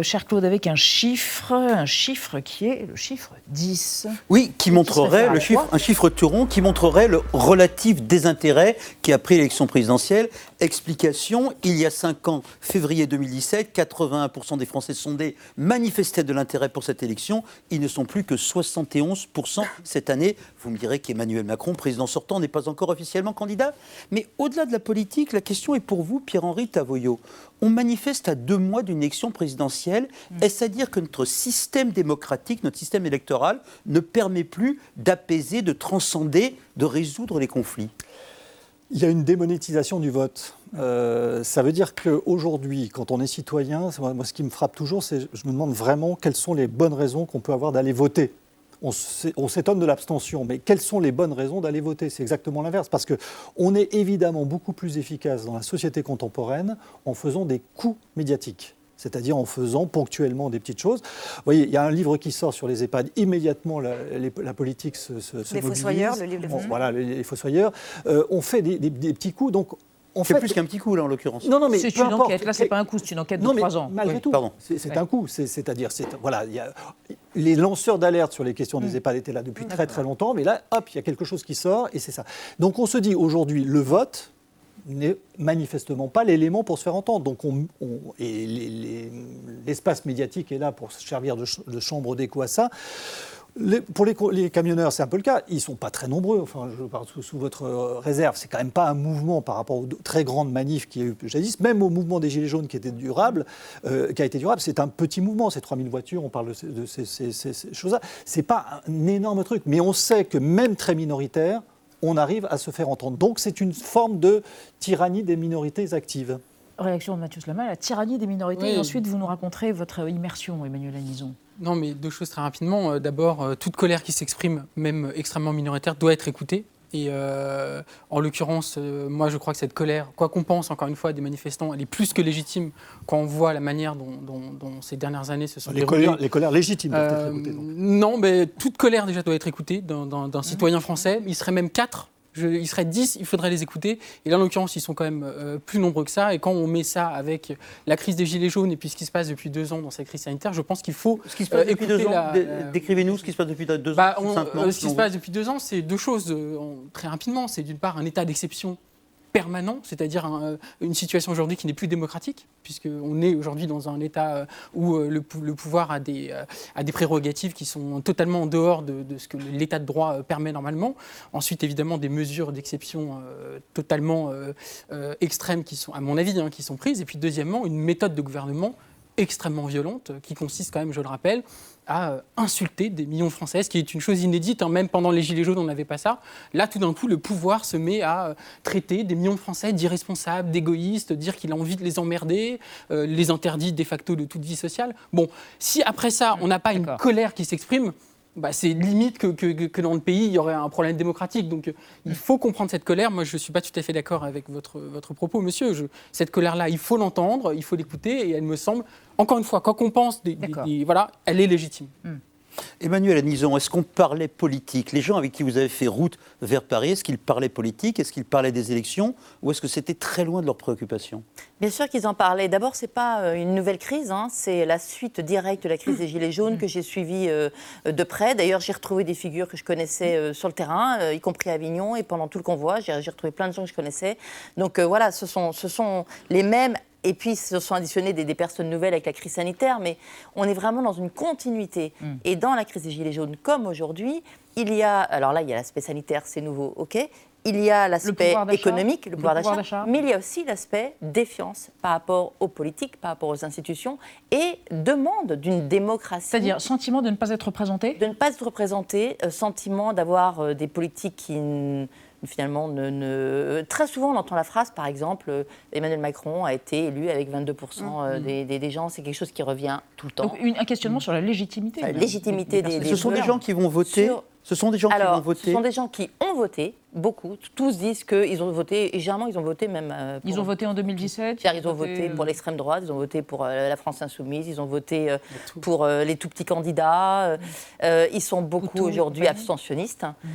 cher Claude, avec un chiffre, un chiffre qui est le chiffre dix. Oui, qui montrerait le chiffre, un chiffre turon qui montrerait le relatif désintérêt qui a pris l'élection présidentielle. Explication, il y a cinq ans, février deux mille dix-sept, quatre-vingt-un pour cent des Français sondés manifestaient de l'intérêt pour cette élection. Ils ne sont plus que soixante et onze pour cent cette année. Vous me direz qu'Emmanuel Macron, président sortant, n'est pas encore officiellement candidat. Mais au-delà de la politique, la question est pour vous, Pierre-Henri Tavoyot. On manifeste à deux mois d'une élection présidentielle. Mmh. Est-ce à dire que notre système démocratique, notre système électoral, ne permet plus d'apaiser, de transcender, de résoudre les conflits ? Il y a une démonétisation du vote. Euh, ça veut dire qu'aujourd'hui, quand on est citoyen, moi, ce qui me frappe toujours, c'est je me demande vraiment quelles sont les bonnes raisons qu'on peut avoir d'aller voter. On s'étonne de l'abstention, mais quelles sont les bonnes raisons d'aller voter ? C'est exactement l'inverse, parce qu'on est évidemment beaucoup plus efficace dans la société contemporaine en faisant des coups médiatiques. C'est-à-dire en faisant ponctuellement des petites choses. Vous voyez, il y a un livre qui sort sur les EHPAD. Immédiatement, la, les, la politique se, se, se les mobilise. Fossoyeurs, le livre de Fossoyeurs. Voilà, les, les Fossoyeurs. Euh, on fait des, des, des petits coups, donc... C'est fait, plus qu'un petit coup, là, en l'occurrence. Non, non, mais c'est une importe. enquête. Là, c'est pas un coup, c'est une enquête de trois ans. Malgré oui. tout, Pardon. c'est, c'est ouais. un coup. C'est, c'est-à-dire, c'est, voilà, y a, les lanceurs d'alerte sur les questions des EHPAD étaient là depuis mmh. très, très longtemps. Mais là, hop, il y a quelque chose qui sort, et c'est ça. Donc, on se dit, aujourd'hui, le vote n'est manifestement pas l'élément pour se faire entendre. Donc on, on, et les, les, l'espace médiatique est là pour servir de, ch- de chambre d'écho à ça. Les, pour les, les camionneurs, c'est un peu le cas. Ils ne sont pas très nombreux. Enfin, je parle sous, sous votre réserve. C'est quand même pas un mouvement par rapport aux très grandes manifs qu'il y a eu jadis. Même au mouvement des Gilets jaunes qui était durable, euh, qui a été durable, c'est un petit mouvement. C'est trois mille voitures. On parle de ces, de ces, ces, ces, ces choses-là. C'est pas un énorme truc. Mais on sait que même très minoritaire, on arrive à se faire entendre. Donc c'est une forme de tyrannie des minorités actives. Réaction de Mathieu Slama, la tyrannie des minorités. Oui. Et ensuite, vous nous raconterez votre immersion, Emmanuel Lanison. Non, mais deux choses très rapidement. D'abord, toute colère qui s'exprime, même extrêmement minoritaire, doit être écoutée. Et euh, en l'occurrence, euh, moi je crois que cette colère, quoi qu'on pense encore une fois des manifestants, elle est plus que légitime quand on voit la manière dont, dont, dont ces dernières années se sont les déroulées. Colères, les colères légitimes doivent euh, être écoutées. Donc. Non, mais toute colère déjà doit être écoutée d'un, d'un, d'un citoyen français. Il serait même quatre. Je, ils seraient dix, il faudrait les écouter. Et là, en l'occurrence, ils sont quand même euh, plus nombreux que ça. Et quand on met ça avec la crise des Gilets jaunes et puis ce qui se passe depuis deux ans dans cette crise sanitaire, je pense qu'il faut ce qui se passe euh, depuis deux ans. La, Dé- décrivez-nous ce qui se passe depuis deux ans. Bah, on, simplement, euh, ce qui se passe depuis deux ans, c'est deux choses euh, on, très rapidement. C'est d'une part un état d'exception permanent, c'est-à-dire un, une situation aujourd'hui qui n'est plus démocratique, puisqu'on est aujourd'hui dans un état où le, le pouvoir a des, a des prérogatives qui sont totalement en dehors de, de ce que l'état de droit permet normalement. Ensuite, évidemment, des mesures d'exception euh, totalement euh, euh, extrêmes qui sont, à mon avis, hein, qui sont prises. Et puis, deuxièmement, une méthode de gouvernement extrêmement violente, qui consiste quand même, je le rappelle, à euh, insulter des millions de Français, ce qui est une chose inédite, hein, même pendant les Gilets jaunes, on n'avait pas ça. Là, tout d'un coup, le pouvoir se met à euh, traiter des millions de Français d'irresponsables, d'égoïstes, dire qu'il a envie de les emmerder, euh, les interdit de facto de toute vie sociale. Bon, si après ça, on n'a pas D'accord. une colère qui s'exprime, bah, c'est limite que, que, que dans le pays, il y aurait un problème démocratique. Donc, euh, il faut comprendre cette colère. Moi, je ne suis pas tout à fait d'accord avec votre, votre propos, monsieur. Je, cette colère-là, il faut l'entendre, il faut l'écouter, et elle me semble, encore une fois, quand on pense, des, des, des, voilà, elle est légitime. Mm. Emmanuel Lanison, est-ce qu'on parlait politique ? Les gens avec qui vous avez fait route vers Paris, est-ce qu'ils parlaient politique ? Est-ce qu'ils parlaient des élections ? Ou est-ce que c'était très loin de leurs préoccupations ? Bien sûr qu'ils en parlaient. D'abord, ce n'est pas une nouvelle crise, hein. C'est la suite directe de la crise des Gilets jaunes que j'ai suivie euh, de près. D'ailleurs, j'ai retrouvé des figures que je connaissais euh, sur le terrain, euh, y compris à Avignon, et pendant tout le convoi, j'ai, j'ai retrouvé plein de gens que je connaissais. Donc euh, voilà, ce sont, ce sont les mêmes. Et puis, se sont additionnées des, des personnes nouvelles avec la crise sanitaire, mais on est vraiment dans une continuité. Mmh. Et dans la crise des Gilets jaunes, comme aujourd'hui, il y a... Alors là, il y a l'aspect sanitaire, c'est nouveau, OK. Il y a l'aspect le économique, le, le pouvoir, pouvoir d'achat, d'achat, mais il y a aussi l'aspect défiance par rapport aux politiques, par rapport aux institutions, et demande d'une démocratie... C'est-à-dire sentiment de ne pas être représenté ? De ne pas être représenté, euh, sentiment d'avoir euh, des politiques qui... Finalement, ne, ne... très souvent, on entend la phrase, par exemple, Emmanuel Macron a été élu avec vingt-deux pour cent mmh. des, des, des gens. C'est quelque chose qui revient tout le temps. Donc, une, un questionnement mmh. sur la légitimité. La légitimité des, des, des Ce sont des gens qui vont voter sur... Ce sont des gens Alors, qui vont voter. Ce sont des gens qui ont voté, beaucoup. Tous disent qu'ils ont voté, et généralement, ils ont voté même... Euh, pour... Ils ont voté en deux mille dix-sept Ils, ils ont voté, voté pour l'extrême droite, ils ont voté pour euh, la France insoumise, ils ont voté euh, pour euh, les tout petits candidats. Euh, ils sont beaucoup Autour, aujourd'hui abstentionnistes. Mmh.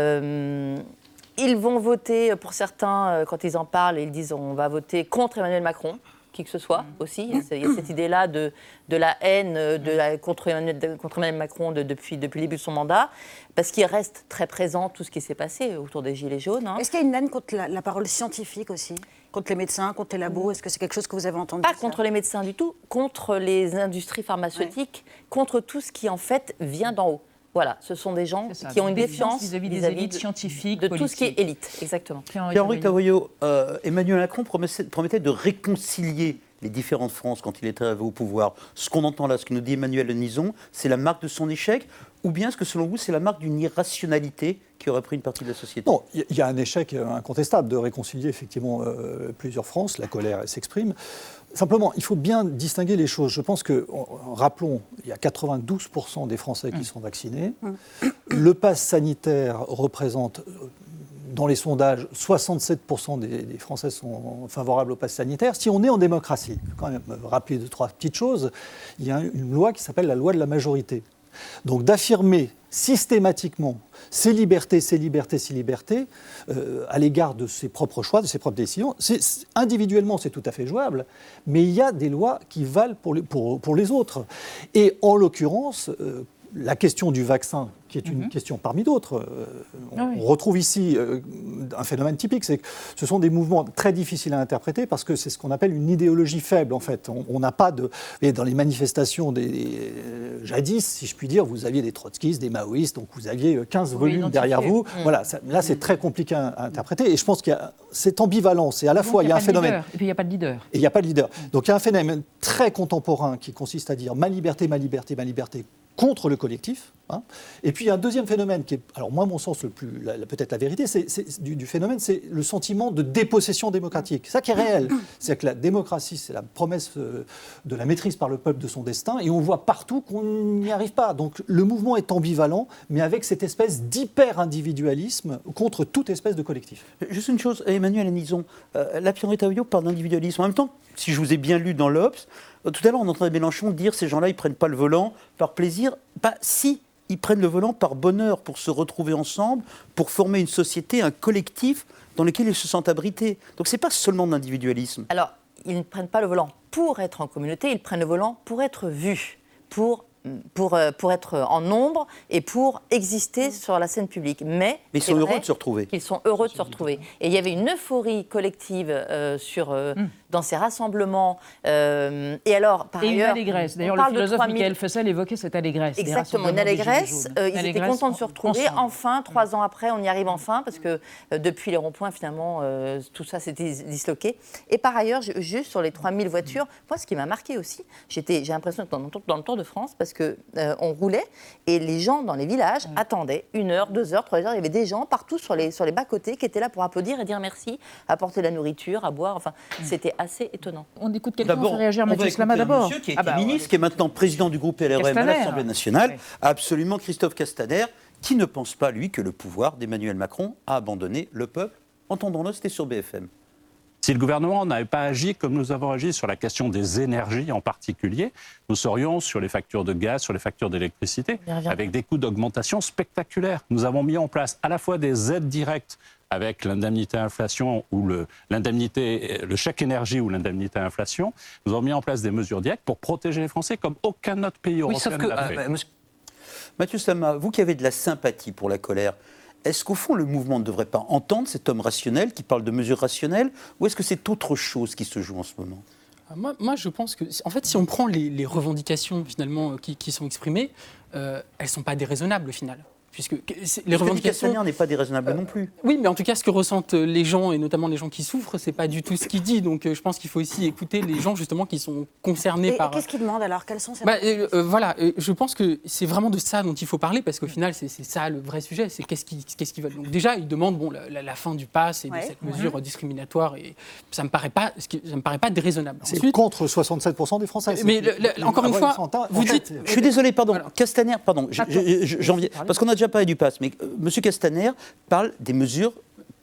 Euh, Ils vont voter, pour certains, quand ils en parlent, ils disent on va voter contre Emmanuel Macron. qui que ce soit aussi. Il y a cette idée-là de, de la haine de la, contre, Emmanuel, contre Emmanuel Macron de, depuis, depuis le début de son mandat, parce qu'il reste très présent tout ce qui s'est passé autour des Gilets jaunes. Hein. Est-ce qu'il y a une haine contre la, la parole scientifique aussi ? Contre les médecins, contre les labos ? Est-ce que c'est quelque chose que vous avez entendu ? Pas contre les médecins du tout, contre les industries pharmaceutiques, ouais. contre tout ce qui en fait vient d'en haut. Voilà, ce sont des gens qui ont une défiance vis-à-vis des élites scientifiques, de tout ce qui est élite, exactement. Pierre-Henri Cavaillot, euh, Emmanuel Macron promettait, promettait de réconcilier les différentes France quand il était arrivé au pouvoir. Ce qu'on entend là, ce que nous dit Emmanuel Nison, c'est la marque de son échec, ou bien est-ce que selon vous, c'est la marque d'une irrationalité qui aurait pris une partie de la société ? Non, il y a un échec incontestable de réconcilier effectivement euh, plusieurs France, la colère elle s'exprime. Simplement, il faut bien distinguer les choses. Je pense que, rappelons, il y a quatre-vingt-douze pour cent des Français qui mmh. sont vaccinés. Mmh. Le pass sanitaire représente, dans les sondages, soixante-sept pour cent des, des Français sont favorables au pass sanitaire. Si on est en démocratie, il faut quand même rappeler deux, trois petites choses. Il y a une loi qui s'appelle la loi de la majorité. Donc d'affirmer systématiquement ses libertés, ses libertés, ses libertés euh, à l'égard de ses propres choix, de ses propres décisions, c'est, c'est, individuellement c'est tout à fait jouable, mais il y a des lois qui valent pour les, pour, pour les autres. Et en l'occurrence, euh, la question du vaccin, qui est une mm-hmm. question parmi d'autres, euh, on, ah oui. on retrouve ici euh, un phénomène typique, c'est que ce sont des mouvements très difficiles à interpréter parce que c'est ce qu'on appelle une idéologie faible, en fait. On n'a pas de... Et dans les manifestations des, des euh, jadis, si je puis dire, vous aviez des trotskistes, des maoïstes, donc vous aviez quinze volumes derrière vous. Mmh. Voilà, ça, là, c'est mmh. très compliqué à, à interpréter. Et je pense qu'il y a cette ambivalence. Et à la donc, fois, il y a, y a un phénomène... Leader. Et puis, il n'y a pas de leader. Et il n'y a pas de leader. Donc, il y a un phénomène très contemporain qui consiste à dire ma liberté, ma liberté, ma liberté, contre le collectif. Hein. Et puis il y a un deuxième phénomène qui est, alors moi, mon sens, le plus, la, la, peut-être la vérité, c'est, c'est, du, du phénomène, c'est le sentiment de dépossession démocratique. C'est ça qui est réel. C'est-à-dire que la démocratie, c'est la promesse euh, de la maîtrise par le peuple de son destin, et on voit partout qu'on n'y arrive pas. Donc le mouvement est ambivalent, mais avec cette espèce d'hyper-individualisme contre toute espèce de collectif. Juste une chose, Emmanuel Nison, euh, la Pierre-Henri Cavaillot parle d'individualisme. En même temps, si je vous ai bien lu dans l'Obs, tout à l'heure, on entendait Mélenchon dire ces gens-là, ils ne prennent pas le volant par plaisir. Bah, si, ils prennent le volant par bonheur pour se retrouver ensemble, pour former une société, un collectif dans lequel ils se sentent abrités. Donc, ce n'est pas seulement de l'individualisme. Alors, ils ne prennent pas le volant pour être en communauté, ils prennent le volant pour être vus, pour... Pour, pour être en nombre et pour exister sur la scène publique. Mais, Mais ils sont heureux de se retrouver. Ils sont heureux de se retrouver. Et il y avait une euphorie collective euh, sur, euh, mm. dans ces rassemblements. Euh, et alors, par et ailleurs, une allégresse. D'ailleurs, le philosophe trois mille... Michael Fessel évoquait cette allégresse. Exactement, une allégresse. Euh, ils étaient contents de se retrouver. Ensemble. Enfin, trois mm. ans après, on y arrive enfin, parce que euh, depuis les ronds-points, finalement, euh, tout ça s'était disloqué. Et par ailleurs, juste sur les trois mille voitures, moi, ce qui m'a marqué aussi, j'étais, j'ai l'impression que dans, dans le Tour de France, parce que euh, on roulait et les gens dans les villages mmh. attendaient une heure, deux heures, trois heures. Il y avait des gens partout sur les, sur les bas-côtés qui étaient là pour applaudir et dire merci, apporter de la nourriture, à boire. Enfin, mmh. c'était assez étonnant. On écoute quelqu'un pour réagir. Mathieu Slama d'abord. Monsieur qui est ah bah, ministre, ouais. qui est maintenant président du groupe L R M à l'Assemblée nationale, ouais. absolument Christophe Castaner, qui ne pense pas, lui, que le pouvoir d'Emmanuel Macron a abandonné le peuple. Entendons-le, c'était sur B F M. Si le gouvernement n'avait pas agi comme nous avons agi sur la question des énergies en particulier, nous serions sur les factures de gaz, sur les factures d'électricité, avec des coûts d'augmentation spectaculaires. Nous avons mis en place à la fois des aides directes avec l'indemnité inflation ou le, l'indemnité, le chèque énergie ou l'indemnité inflation. Nous avons mis en place des mesures directes pour protéger les Français comme aucun autre pays européen ne l'a fait. Euh, Mathieu Slama, vous qui avez de la sympathie pour la colère, est-ce qu'au fond, le mouvement ne devrait pas entendre cet homme rationnel qui parle de mesures rationnelles, ou est-ce que c'est autre chose qui se joue en ce moment ? Moi, moi, je pense que, en fait, si on prend les, les revendications finalement qui, qui sont exprimées, euh, elles ne sont pas déraisonnables au final. Puisque les revendications Castaner n'est pas déraisonnable euh, non plus. Oui, mais en tout cas, ce que ressentent les gens, et notamment les gens qui souffrent, c'est pas du tout ce qu'il dit. Donc, euh, je pense qu'il faut aussi écouter les gens justement qui sont concernés et, par. Et qu'est-ce qu'ils demandent alors ? Quels sont ces bah, euh, euh, Voilà, euh, je pense que c'est vraiment de ça dont il faut parler, parce qu'au final, c'est, c'est ça le vrai sujet. C'est qu'est-ce qu'ils, qu'est-ce qu'ils veulent. Donc déjà, ils demandent bon la, la, la fin du pass et ouais, de cette mesure ouais. discriminatoire. Et ça me paraît pas, ça me paraît pas déraisonnable. C'est Ensuite, contre soixante-sept pour cent des Français. Mais le, le, encore une fois, vous dites. Je suis désolé, pardon. Alors, Castaner, pardon. J'en viens parce qu'on a déjà parlé du pass, mais. Monsieur Castaner parle des mesures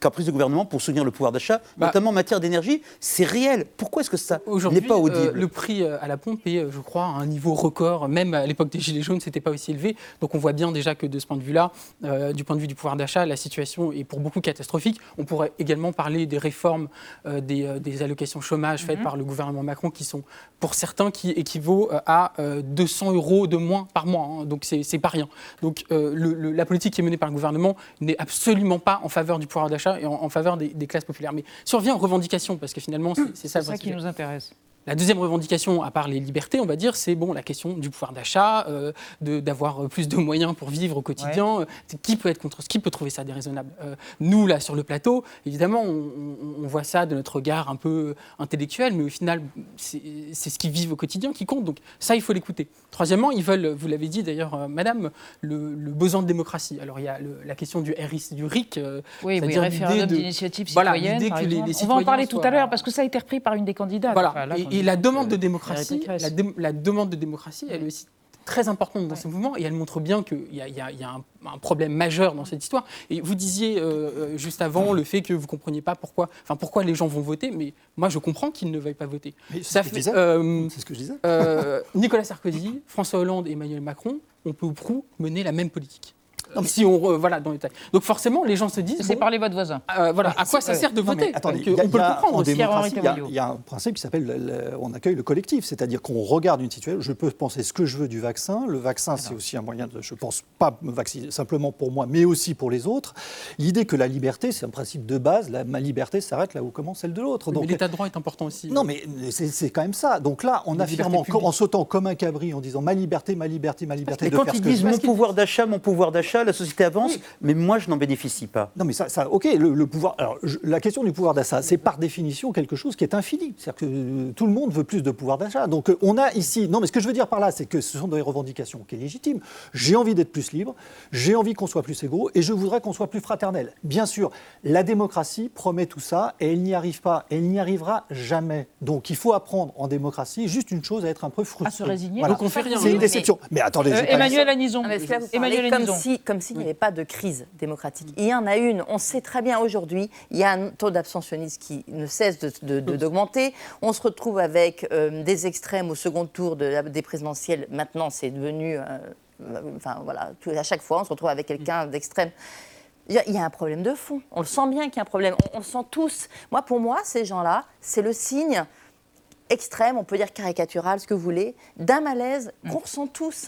qu'a prise le gouvernement pour soutenir le pouvoir d'achat, bah, notamment en matière d'énergie. C'est réel. Pourquoi est-ce que ça n'est pas audible ? euh, Le prix à la pompe est, je crois, à un niveau record. Même à l'époque des Gilets jaunes, ce n'était pas aussi élevé. Donc on voit bien déjà que de ce point de vue-là, euh, du point de vue du pouvoir d'achat, la situation est pour beaucoup catastrophique. On pourrait également parler des réformes euh, des, euh, des allocations chômage faites mm-hmm. par le gouvernement Macron, qui sont, pour certains, qui équivaut à euh, deux cents euros de moins par mois. Hein. Donc c'est, c'est pas rien. Donc euh, le, le, la politique qui est menée par le gouvernement n'est absolument pas en faveur du pouvoir d'achat et en, en faveur des, des classes populaires. Mais si on revient aux revendications, parce que finalement, c'est, c'est ça, c'est ça qui nous intéresse. La deuxième revendication, à part les libertés, on va dire, c'est bon, la question du pouvoir d'achat, euh, de, d'avoir plus de moyens pour vivre au quotidien. Ouais. Qui peut être contre, qui peut trouver ça déraisonnable ? euh, Nous, là, sur le plateau, évidemment, on, on, on voit ça de notre regard un peu intellectuel, mais au final, c'est, c'est ce qu'ils vivent au quotidien qui compte. Donc ça, il faut l'écouter. Troisièmement, ils veulent, vous l'avez dit d'ailleurs, euh, Madame, le, le besoin de démocratie. Alors il y a le, la question du R I C, du R I C. Euh, oui, oui, référendum de, d'initiative citoyenne, voilà, par exemple. Les, les on va en parler soient, tout à l'heure, parce que ça a été repris par une des candidates. Voilà. Enfin, là, et, et la demande de démocratie, la, dé- la demande de démocratie, elle est aussi très importante dans ouais. ce mouvement, et elle montre bien qu'il y a, il y a, il y a un, un problème majeur dans cette histoire. Et vous disiez euh, juste avant le fait que vous ne compreniez pas pourquoi, enfin, pourquoi les gens vont voter, mais moi je comprends qu'ils ne veuillent pas voter. Mais Ça c'est, fait, ce euh, c'est ce que je disais. Euh, Nicolas Sarkozy, François Hollande et Emmanuel Macron ont peu ou prou mené la même politique. Donc, si on, euh, voilà, dans les détails. Donc forcément, les gens se disent... C'est bon, parler votre voisin. Euh, voilà, à quoi ça sert de non, voter ? Attendez, Donc, y a, on peut y a, le comprendre. En démocratie, il y, a, il y a un principe qui s'appelle, le, on accueille le collectif, c'est-à-dire qu'on regarde une situation, je peux penser ce que je veux du vaccin, le vaccin c'est aussi un moyen de, je pense pas me vacciner simplement pour moi, mais aussi pour les autres. L'idée que la liberté, c'est un principe de base, la, ma liberté s'arrête là où commence celle de l'autre. Donc, mais l'état de droit est important aussi. Non, mais c'est, c'est quand même ça. Donc là, on affirme en, en sautant comme un cabri, en disant ma liberté, ma liberté, ma liberté. Et de quand faire ils ce disent que mon pouvoir d'achat, mon pouvoir d'achat, la société avance, oui. mais moi je n'en bénéficie pas. Non, mais ça, ça ok, le, le pouvoir. Alors, je, la question du pouvoir d'achat, c'est par définition quelque chose qui est infini. C'est-à-dire que euh, tout le monde veut plus de pouvoir d'achat. Donc, euh, on a ici. Non, mais ce que je veux dire par là, c'est que ce sont des revendications qui sont légitimes. J'ai envie d'être plus libre, j'ai envie qu'on soit plus égaux, et je voudrais qu'on soit plus fraternel. Bien sûr, la démocratie promet tout ça, et elle n'y arrive pas, et elle n'y arrivera jamais. Donc, il faut apprendre en démocratie juste une chose, à être un peu frustré. À se résigner. Voilà. Donc, on fait rien. C'est une déception. Mais, mais attendez, euh, Emmanuel Anison. Emmanuel comme si, comme s'il n'y avait pas de crise démocratique. Il y en a une. On sait très bien aujourd'hui, il y a un taux d'abstentionnisme qui ne cesse de, de, de, d'augmenter. On se retrouve avec euh, des extrêmes au second tour de la, des présidentielles. Maintenant, c'est devenu... Euh, enfin, voilà, tout, à chaque fois, on se retrouve avec quelqu'un d'extrême. Il y, y a un problème de fond. On le sent bien qu'il y a un problème. On, on le sent tous. Moi, pour moi, ces gens-là, c'est le signe extrême, on peut dire caricatural, ce que vous voulez, d'un malaise qu'on ressent tous.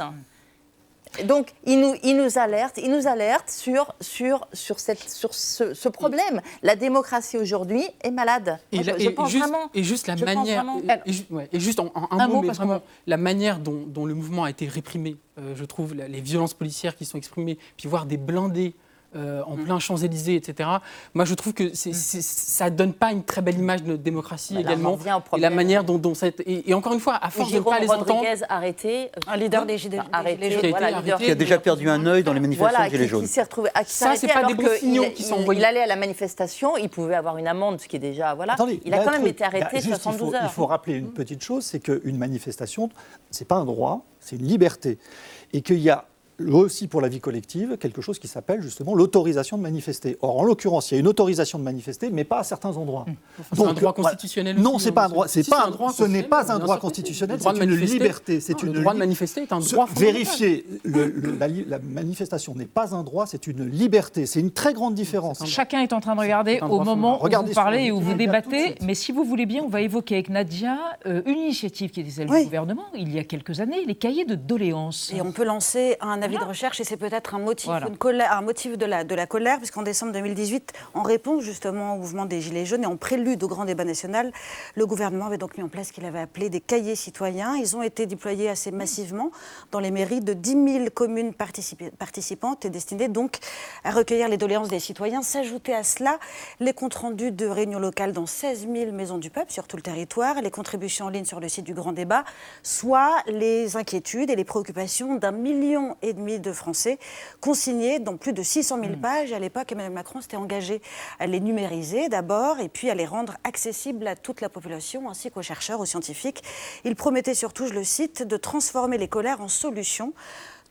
Donc, il nous, il nous alerte, il nous alerte sur, sur, sur, cette, sur ce, ce problème. La démocratie aujourd'hui est malade. Et, Moi, la, je, je et, pense juste, vraiment. et juste la je manière, et, et, ouais, et juste en, en un, un mot, mot mais vraiment la manière dont, dont le mouvement a été réprimé, euh, je trouve, la, les violences policières qui sont exprimées, puis voir des blindés Euh, en mmh. plein Champs-Élysées, et cetera. Moi, je trouve que c'est, c'est, ça ne donne pas une très belle image de notre démocratie bah, également. Et la manière dont, dont cette... Et, et encore une fois, à force de ne pas les entendre... Rodriguez arrêté, un leader des Gilets jaunes. Qui, voilà, qui a déjà perdu un œil dans les manifestations voilà, des Gilets jaunes. Qui, qui s'est retrouvé, qui ça, c'est pas des bons signaux qui sont envoyés. Il allait à la manifestation, il pouvait avoir une amende, ce qui est déjà... Voilà. Attendez, il a quand même truc, été arrêté juste, soixante-douze il faut, heures. Il faut rappeler une petite chose, c'est qu'une manifestation, ce n'est pas un droit, c'est une liberté. Et qu'il y a aussi pour la vie collective, quelque chose qui s'appelle justement l'autorisation de manifester. Or, en l'occurrence, il y a une autorisation de manifester, mais pas à certains endroits. Mmh. Enfin, Donc, c'est un droit constitutionnel Non, aussi, c'est pas un droit. C'est si, pas c'est un droit ce n'est pas un droit constitutionnel, c'est une liberté. C'est une le droit de manifester est un droit fondamental. Vérifier, le, le, la, la manifestation n'est pas un droit, c'est une liberté. C'est une très grande différence. Chacun est en train de regarder au moment où vous parlez et où vous débattez. Mais si vous voulez bien, on va évoquer avec Nadia euh, une initiative qui était celle oui. du gouvernement, il y a quelques années, les cahiers de doléances. Et on peut lancer un avis voilà. de recherche, et c'est peut-être un motif, voilà. une colère, un motif de la, de la colère, puisqu'en décembre deux mille dix-huit, en réponse justement au mouvement des Gilets jaunes et en prélude au grand débat national, le gouvernement avait donc mis en place ce qu'il avait appelé des cahiers citoyens. Ils ont été déployés assez massivement dans les mairies de dix mille communes participantes et destinés donc à recueillir les doléances des citoyens. S'ajoutaient à cela les comptes rendus de réunions locales dans seize mille maisons du peuple sur tout le territoire, les contributions en ligne sur le site du grand débat, soit les inquiétudes et les préoccupations d'un million et demi de Français consignés dans plus de six cent mille pages. À l'époque, Emmanuel Macron s'était engagé à les numériser d'abord et puis à les rendre accessibles à toute la population ainsi qu'aux chercheurs, aux scientifiques. Il promettait surtout, je le cite, de transformer les colères en solutions.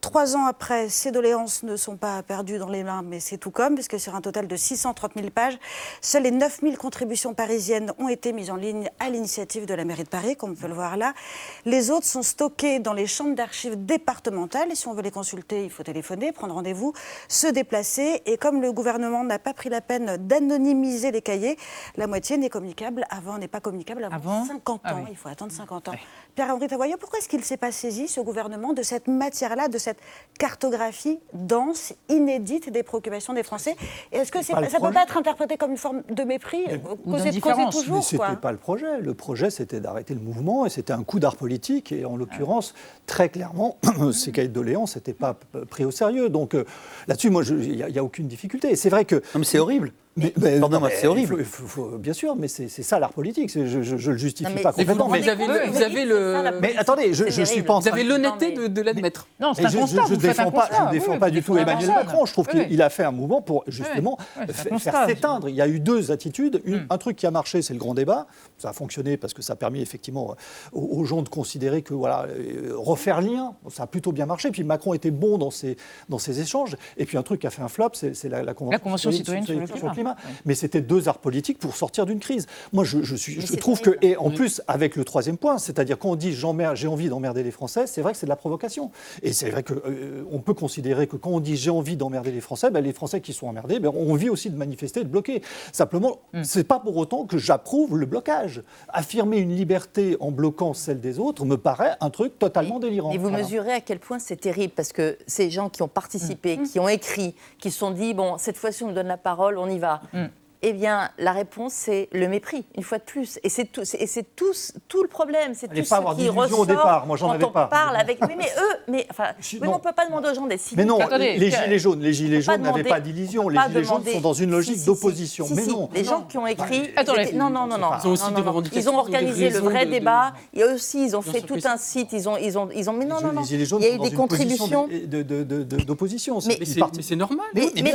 Trois ans après, ces doléances ne sont pas perdues dans les mains, mais c'est tout comme, puisque sur un total de six cent trente mille pages, seules les neuf mille contributions parisiennes ont été mises en ligne à l'initiative de la mairie de Paris, comme on peut le voir là. Les autres sont stockées dans les chambres d'archives départementales, et si on veut les consulter, il faut téléphoner, prendre rendez-vous, se déplacer, et comme le gouvernement n'a pas pris la peine d'anonymiser les cahiers, la moitié n'est communicable avant, n'est pas communicable avant, avant cinquante ans, ah oui. Il faut attendre cinquante ans. Oui. Pierre-Henri Tavoyot, pourquoi est-ce qu'il ne s'est pas saisi, ce gouvernement, de cette matière-là, de cette cartographie dense, inédite des préoccupations des Français? Et est-ce que c'est, ça ne peut pas être interprété comme une forme de mépris, causé toujours? Mais ce n'était pas le projet. Le projet, c'était d'arrêter le mouvement, et c'était un coup d'art politique. Et en l'occurrence, très clairement, ces cahiers de doléances n'étaient pas pris au sérieux. Donc euh, là-dessus, moi, il n'y a, a aucune difficulté. Et c'est vrai que... Non, mais c'est horrible. Mais, mais, Pardon, non, mais c'est horrible. Il faut, il faut, bien sûr, mais c'est, c'est ça l'art politique. C'est, je ne le justifie non, mais, pas complètement. Vous, vous avez le, vous avez le... Mais attendez, je ne suis pas en train... Vous avez l'honnêteté de, de l'admettre. Non, c'est un constat. Je ne défends pas, je défends oui, pas du tout Emmanuel Macron. Je trouve oui. qu'il a fait un mouvement pour justement oui, oui, faire s'éteindre. Il y a eu deux attitudes. Une, mm. Un truc qui a marché, c'est le grand débat. Ça a fonctionné parce que ça a permis effectivement aux, aux gens de considérer que voilà, euh, refaire lien, ça a plutôt bien marché. Puis Macron était bon dans ses, dans ses échanges. Et puis un truc qui a fait un flop, c'est, c'est la, la Convention, la convention citoyenne, citoyenne sur, sur le climat. climat. Oui. Mais c'était deux arts politiques pour sortir d'une crise. Moi, je, je, suis, je trouve que, et en oui. plus, avec le troisième point, c'est-à-dire quand on dit j'ai envie d'emmerder les Français, c'est vrai que c'est de la provocation. Et c'est vrai qu'on euh, peut considérer que quand on dit j'ai envie d'emmerder les Français, ben, les Français qui sont emmerdés ben, ont envie aussi de manifester, de bloquer. Simplement, mm. c'est pas pour autant que j'approuve le blocage. Affirmer une liberté en bloquant celle des autres me paraît un truc totalement et, délirant. Et vous voilà. mesurez à quel point c'est terrible, parce que ces gens qui ont participé, mm. qui ont écrit, qui se sont dit, bon, cette fois-ci on nous donne la parole, on y va. Mm. Eh bien, la réponse, c'est le mépris, une fois de plus. Et c'est tout, c'est, et c'est tout, tout le problème. C'est tout ce qui ressort au départ. Moi, j'en quand avais on pas. parle avec... Oui, mais eux... Mais, enfin, oui, mais on ne peut pas demander aux gens d'être cyniques. Mais non, Attendez, les gilets jaunes, les gilets jaunes n'avaient pas d'illusion. Les gilets jaunes sont dans une logique si, si, d'opposition. Si, mais si, non. Les gens qui ont écrit... Attendez, non, non, non, non. Ils ont aussi des revendications. Ils ont organisé le vrai débat. Et aussi, ils ont fait tout un site. Ils ont... Mais non, non, non. Les gilets jaunes sont dans une position d'opposition. Mais c'est normal.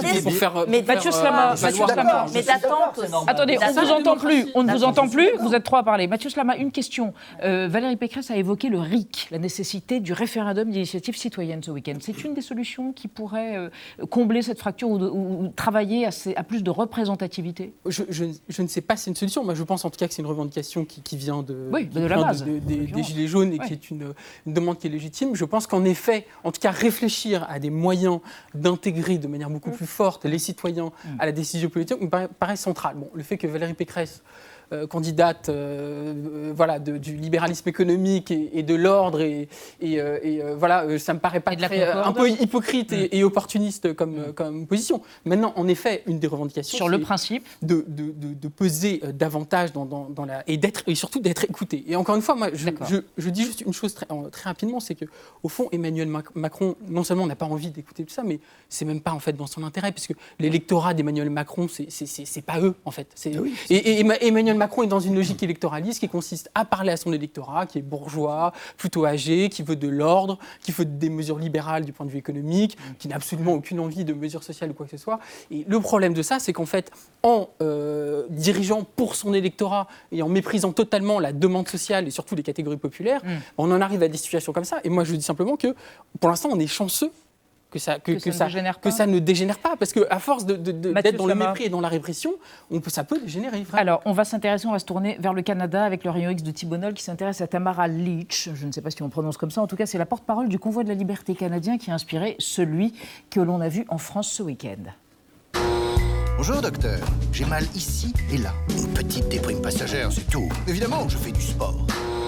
Mais Mathieu Slama... Mais d'attente... Attendez, on ne vous entend plus, on ne vous entend plus, vous êtes trop à parler. Mathieu Slama, une question. Euh, Valérie Pécresse a évoqué le R I C, la nécessité du référendum d'initiative citoyenne ce week-end. C'est une des solutions qui pourrait euh, combler cette fracture ou, de, ou travailler à, ces, à plus de représentativité? je, je, je ne sais pas si c'est une solution. Moi, je pense en tout cas que c'est une revendication qui, qui vient de, oui, de, de la base, de, de, des, des Gilets jaunes et ouais. qui est une, une demande qui est légitime. Je pense qu'en effet, en tout cas, réfléchir à des moyens d'intégrer de manière beaucoup plus forte les citoyens mmh. à la décision politique me paraît, paraît central. Bon, le fait que Valérie Pécresse Euh, candidate euh, euh, voilà, de, du libéralisme économique et, et de l'ordre et, et, euh, et euh, voilà, euh, ça me paraît pas très, euh, un peu hypocrite et, et opportuniste comme, mmh. comme position. Maintenant, en effet, une des revendications sur le principe de, de, de, de peser euh, davantage dans, dans, dans la et d'être et surtout d'être écouté. Et encore une fois, moi, je, je, je dis juste une chose très, très rapidement, c'est que au fond, Emmanuel Macron, non seulement n'a pas envie d'écouter tout ça, mais c'est même pas en fait dans son intérêt, puisque l'électorat d'Emmanuel Macron, c'est, c'est, c'est, c'est pas eux en fait. C'est, oui, c'est et, et Emmanuel Macron est dans une logique électoraliste qui consiste à parler à son électorat, qui est bourgeois, plutôt âgé, qui veut de l'ordre, qui veut des mesures libérales du point de vue économique, qui n'a absolument aucune envie de mesures sociales ou quoi que ce soit. Et le problème de ça, c'est qu'en fait, en euh, dirigeant pour son électorat et en méprisant totalement la demande sociale et surtout les catégories populaires, mmh. on en arrive à des situations comme ça. Et moi, je dis simplement que, pour l'instant, on est chanceux que ça, que, que, que, ça, ça que ça ne dégénère pas, parce qu'à force de, de, de, d'être dans Slama. le mépris et dans la répression, on peut, ça peut dégénérer. Vraiment. Alors, on va s'intéresser, on va se tourner vers le Canada avec le rayon X de Thibonol qui s'intéresse à Tamara Lich. Je ne sais pas si on prononce comme ça. En tout cas, c'est la porte-parole du Convoi de la liberté canadien qui a inspiré celui que l'on a vu en France ce week-end. Bonjour docteur, j'ai mal ici et là. Une petite déprime passagère, c'est tout. Évidemment, je fais du sport.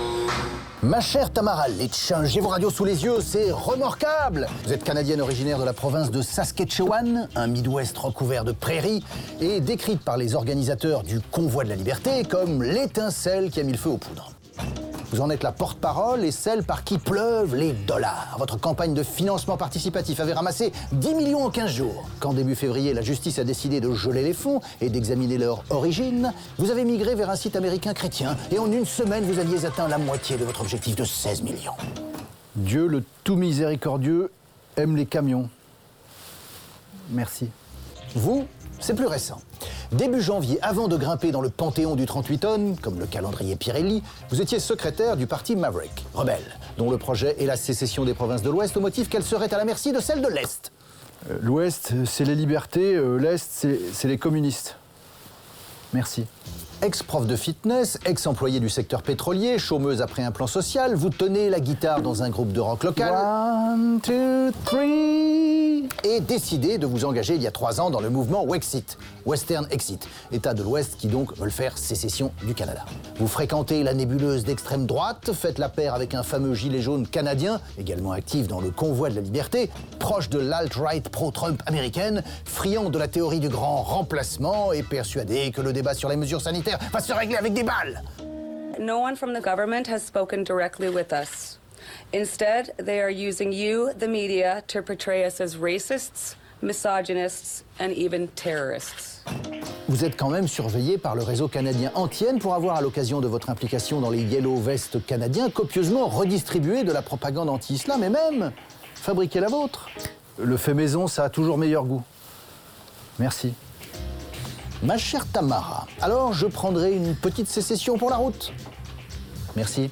Ma chère Tamara Lich, j'ai vos radios sous les yeux, c'est remarquable. Vous êtes canadienne originaire de la province de Saskatchewan, un Midwest recouvert de prairies, et décrite par les organisateurs du Convoi de la liberté comme l'étincelle qui a mis le feu aux poudres. Vous en êtes la porte-parole et celle par qui pleuvent les dollars. Votre campagne de financement participatif avait ramassé dix millions en quinze jours. Quand début février, la justice a décidé de geler les fonds et d'examiner leur origine, vous avez migré vers un site américain chrétien et en une semaine, vous aviez atteint la moitié de votre objectif de seize millions. Dieu, le tout miséricordieux, aime les camions. Merci. Vous, c'est plus récent. Début janvier, avant de grimper dans le panthéon du trente-huit tonnes, comme le calendrier Pirelli, vous étiez secrétaire du parti Maverick, rebelle, dont le projet est la sécession des provinces de l'Ouest au motif qu'elles seraient à la merci de celles de l'Est. Euh, L'Ouest, c'est les libertés, euh, l'Est, c'est, c'est les communistes. Merci. Ex-prof de fitness, ex-employé du secteur pétrolier, chômeuse après un plan social, vous tenez la guitare dans un groupe de rock local. One, two, three. Et décidez de vous engager il y a trois ans dans le mouvement Wexit, Western Exit, État de l'Ouest qui donc veulent faire sécession du Canada. Vous fréquentez la nébuleuse d'extrême droite, faites la paire avec un fameux gilet jaune canadien, également actif dans le convoi de la liberté, proche de l'alt-right pro-Trump américaine, friand de la théorie du grand remplacement et persuadé que le débat sur les mesures sanitaires va se régler avec des balles. No one from the government has spoken directly with us. Instead, they are using you, the media, to portray us as racists, misogynists, and even terrorists. Vous êtes quand même surveillé par le réseau canadien Antienne pour avoir, à l'occasion de votre implication dans les Yellow Vests canadiens, copieusement redistribué de la propagande anti-islam et même fabriqué la vôtre. Le fait maison, ça a toujours meilleur goût. Merci. Ma chère Tamara, alors je prendrai une petite sécession pour la route. Merci.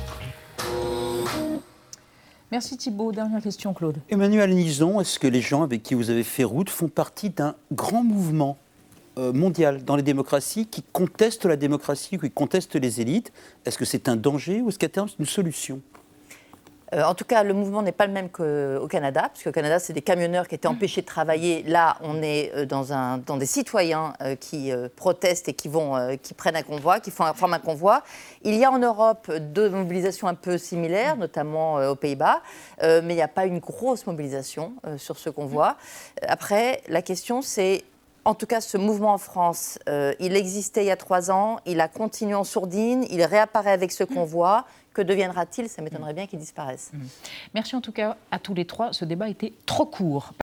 Merci Thibault. Dernière question, Claude. Emmanuel Nison, est-ce que les gens avec qui vous avez fait route font partie d'un grand mouvement euh, mondial dans les démocraties qui conteste la démocratie, qui conteste les élites? Est-ce que c'est un danger ou est-ce qu'à terme c'est une solution? Euh, en tout cas, le mouvement n'est pas le même qu'au Canada, puisque au Canada, c'est des camionneurs qui étaient empêchés de travailler. Là, on est dans, un, dans des citoyens euh, qui euh, protestent et qui, vont, euh, qui prennent un convoi, qui font, forment un convoi. Il y a en Europe deux mobilisations un peu similaires, notamment euh, aux Pays-Bas, euh, mais il n'y a pas une grosse mobilisation euh, sur ce convoi. Après, la question, c'est... En tout cas, ce mouvement en France, euh, il existait il y a trois ans, il a continué en sourdine, il réapparaît avec ce convoi. Que deviendra-t-il? Ça m'étonnerait bien qu'il disparaisse. Merci en tout cas à tous les trois. Ce débat était trop court.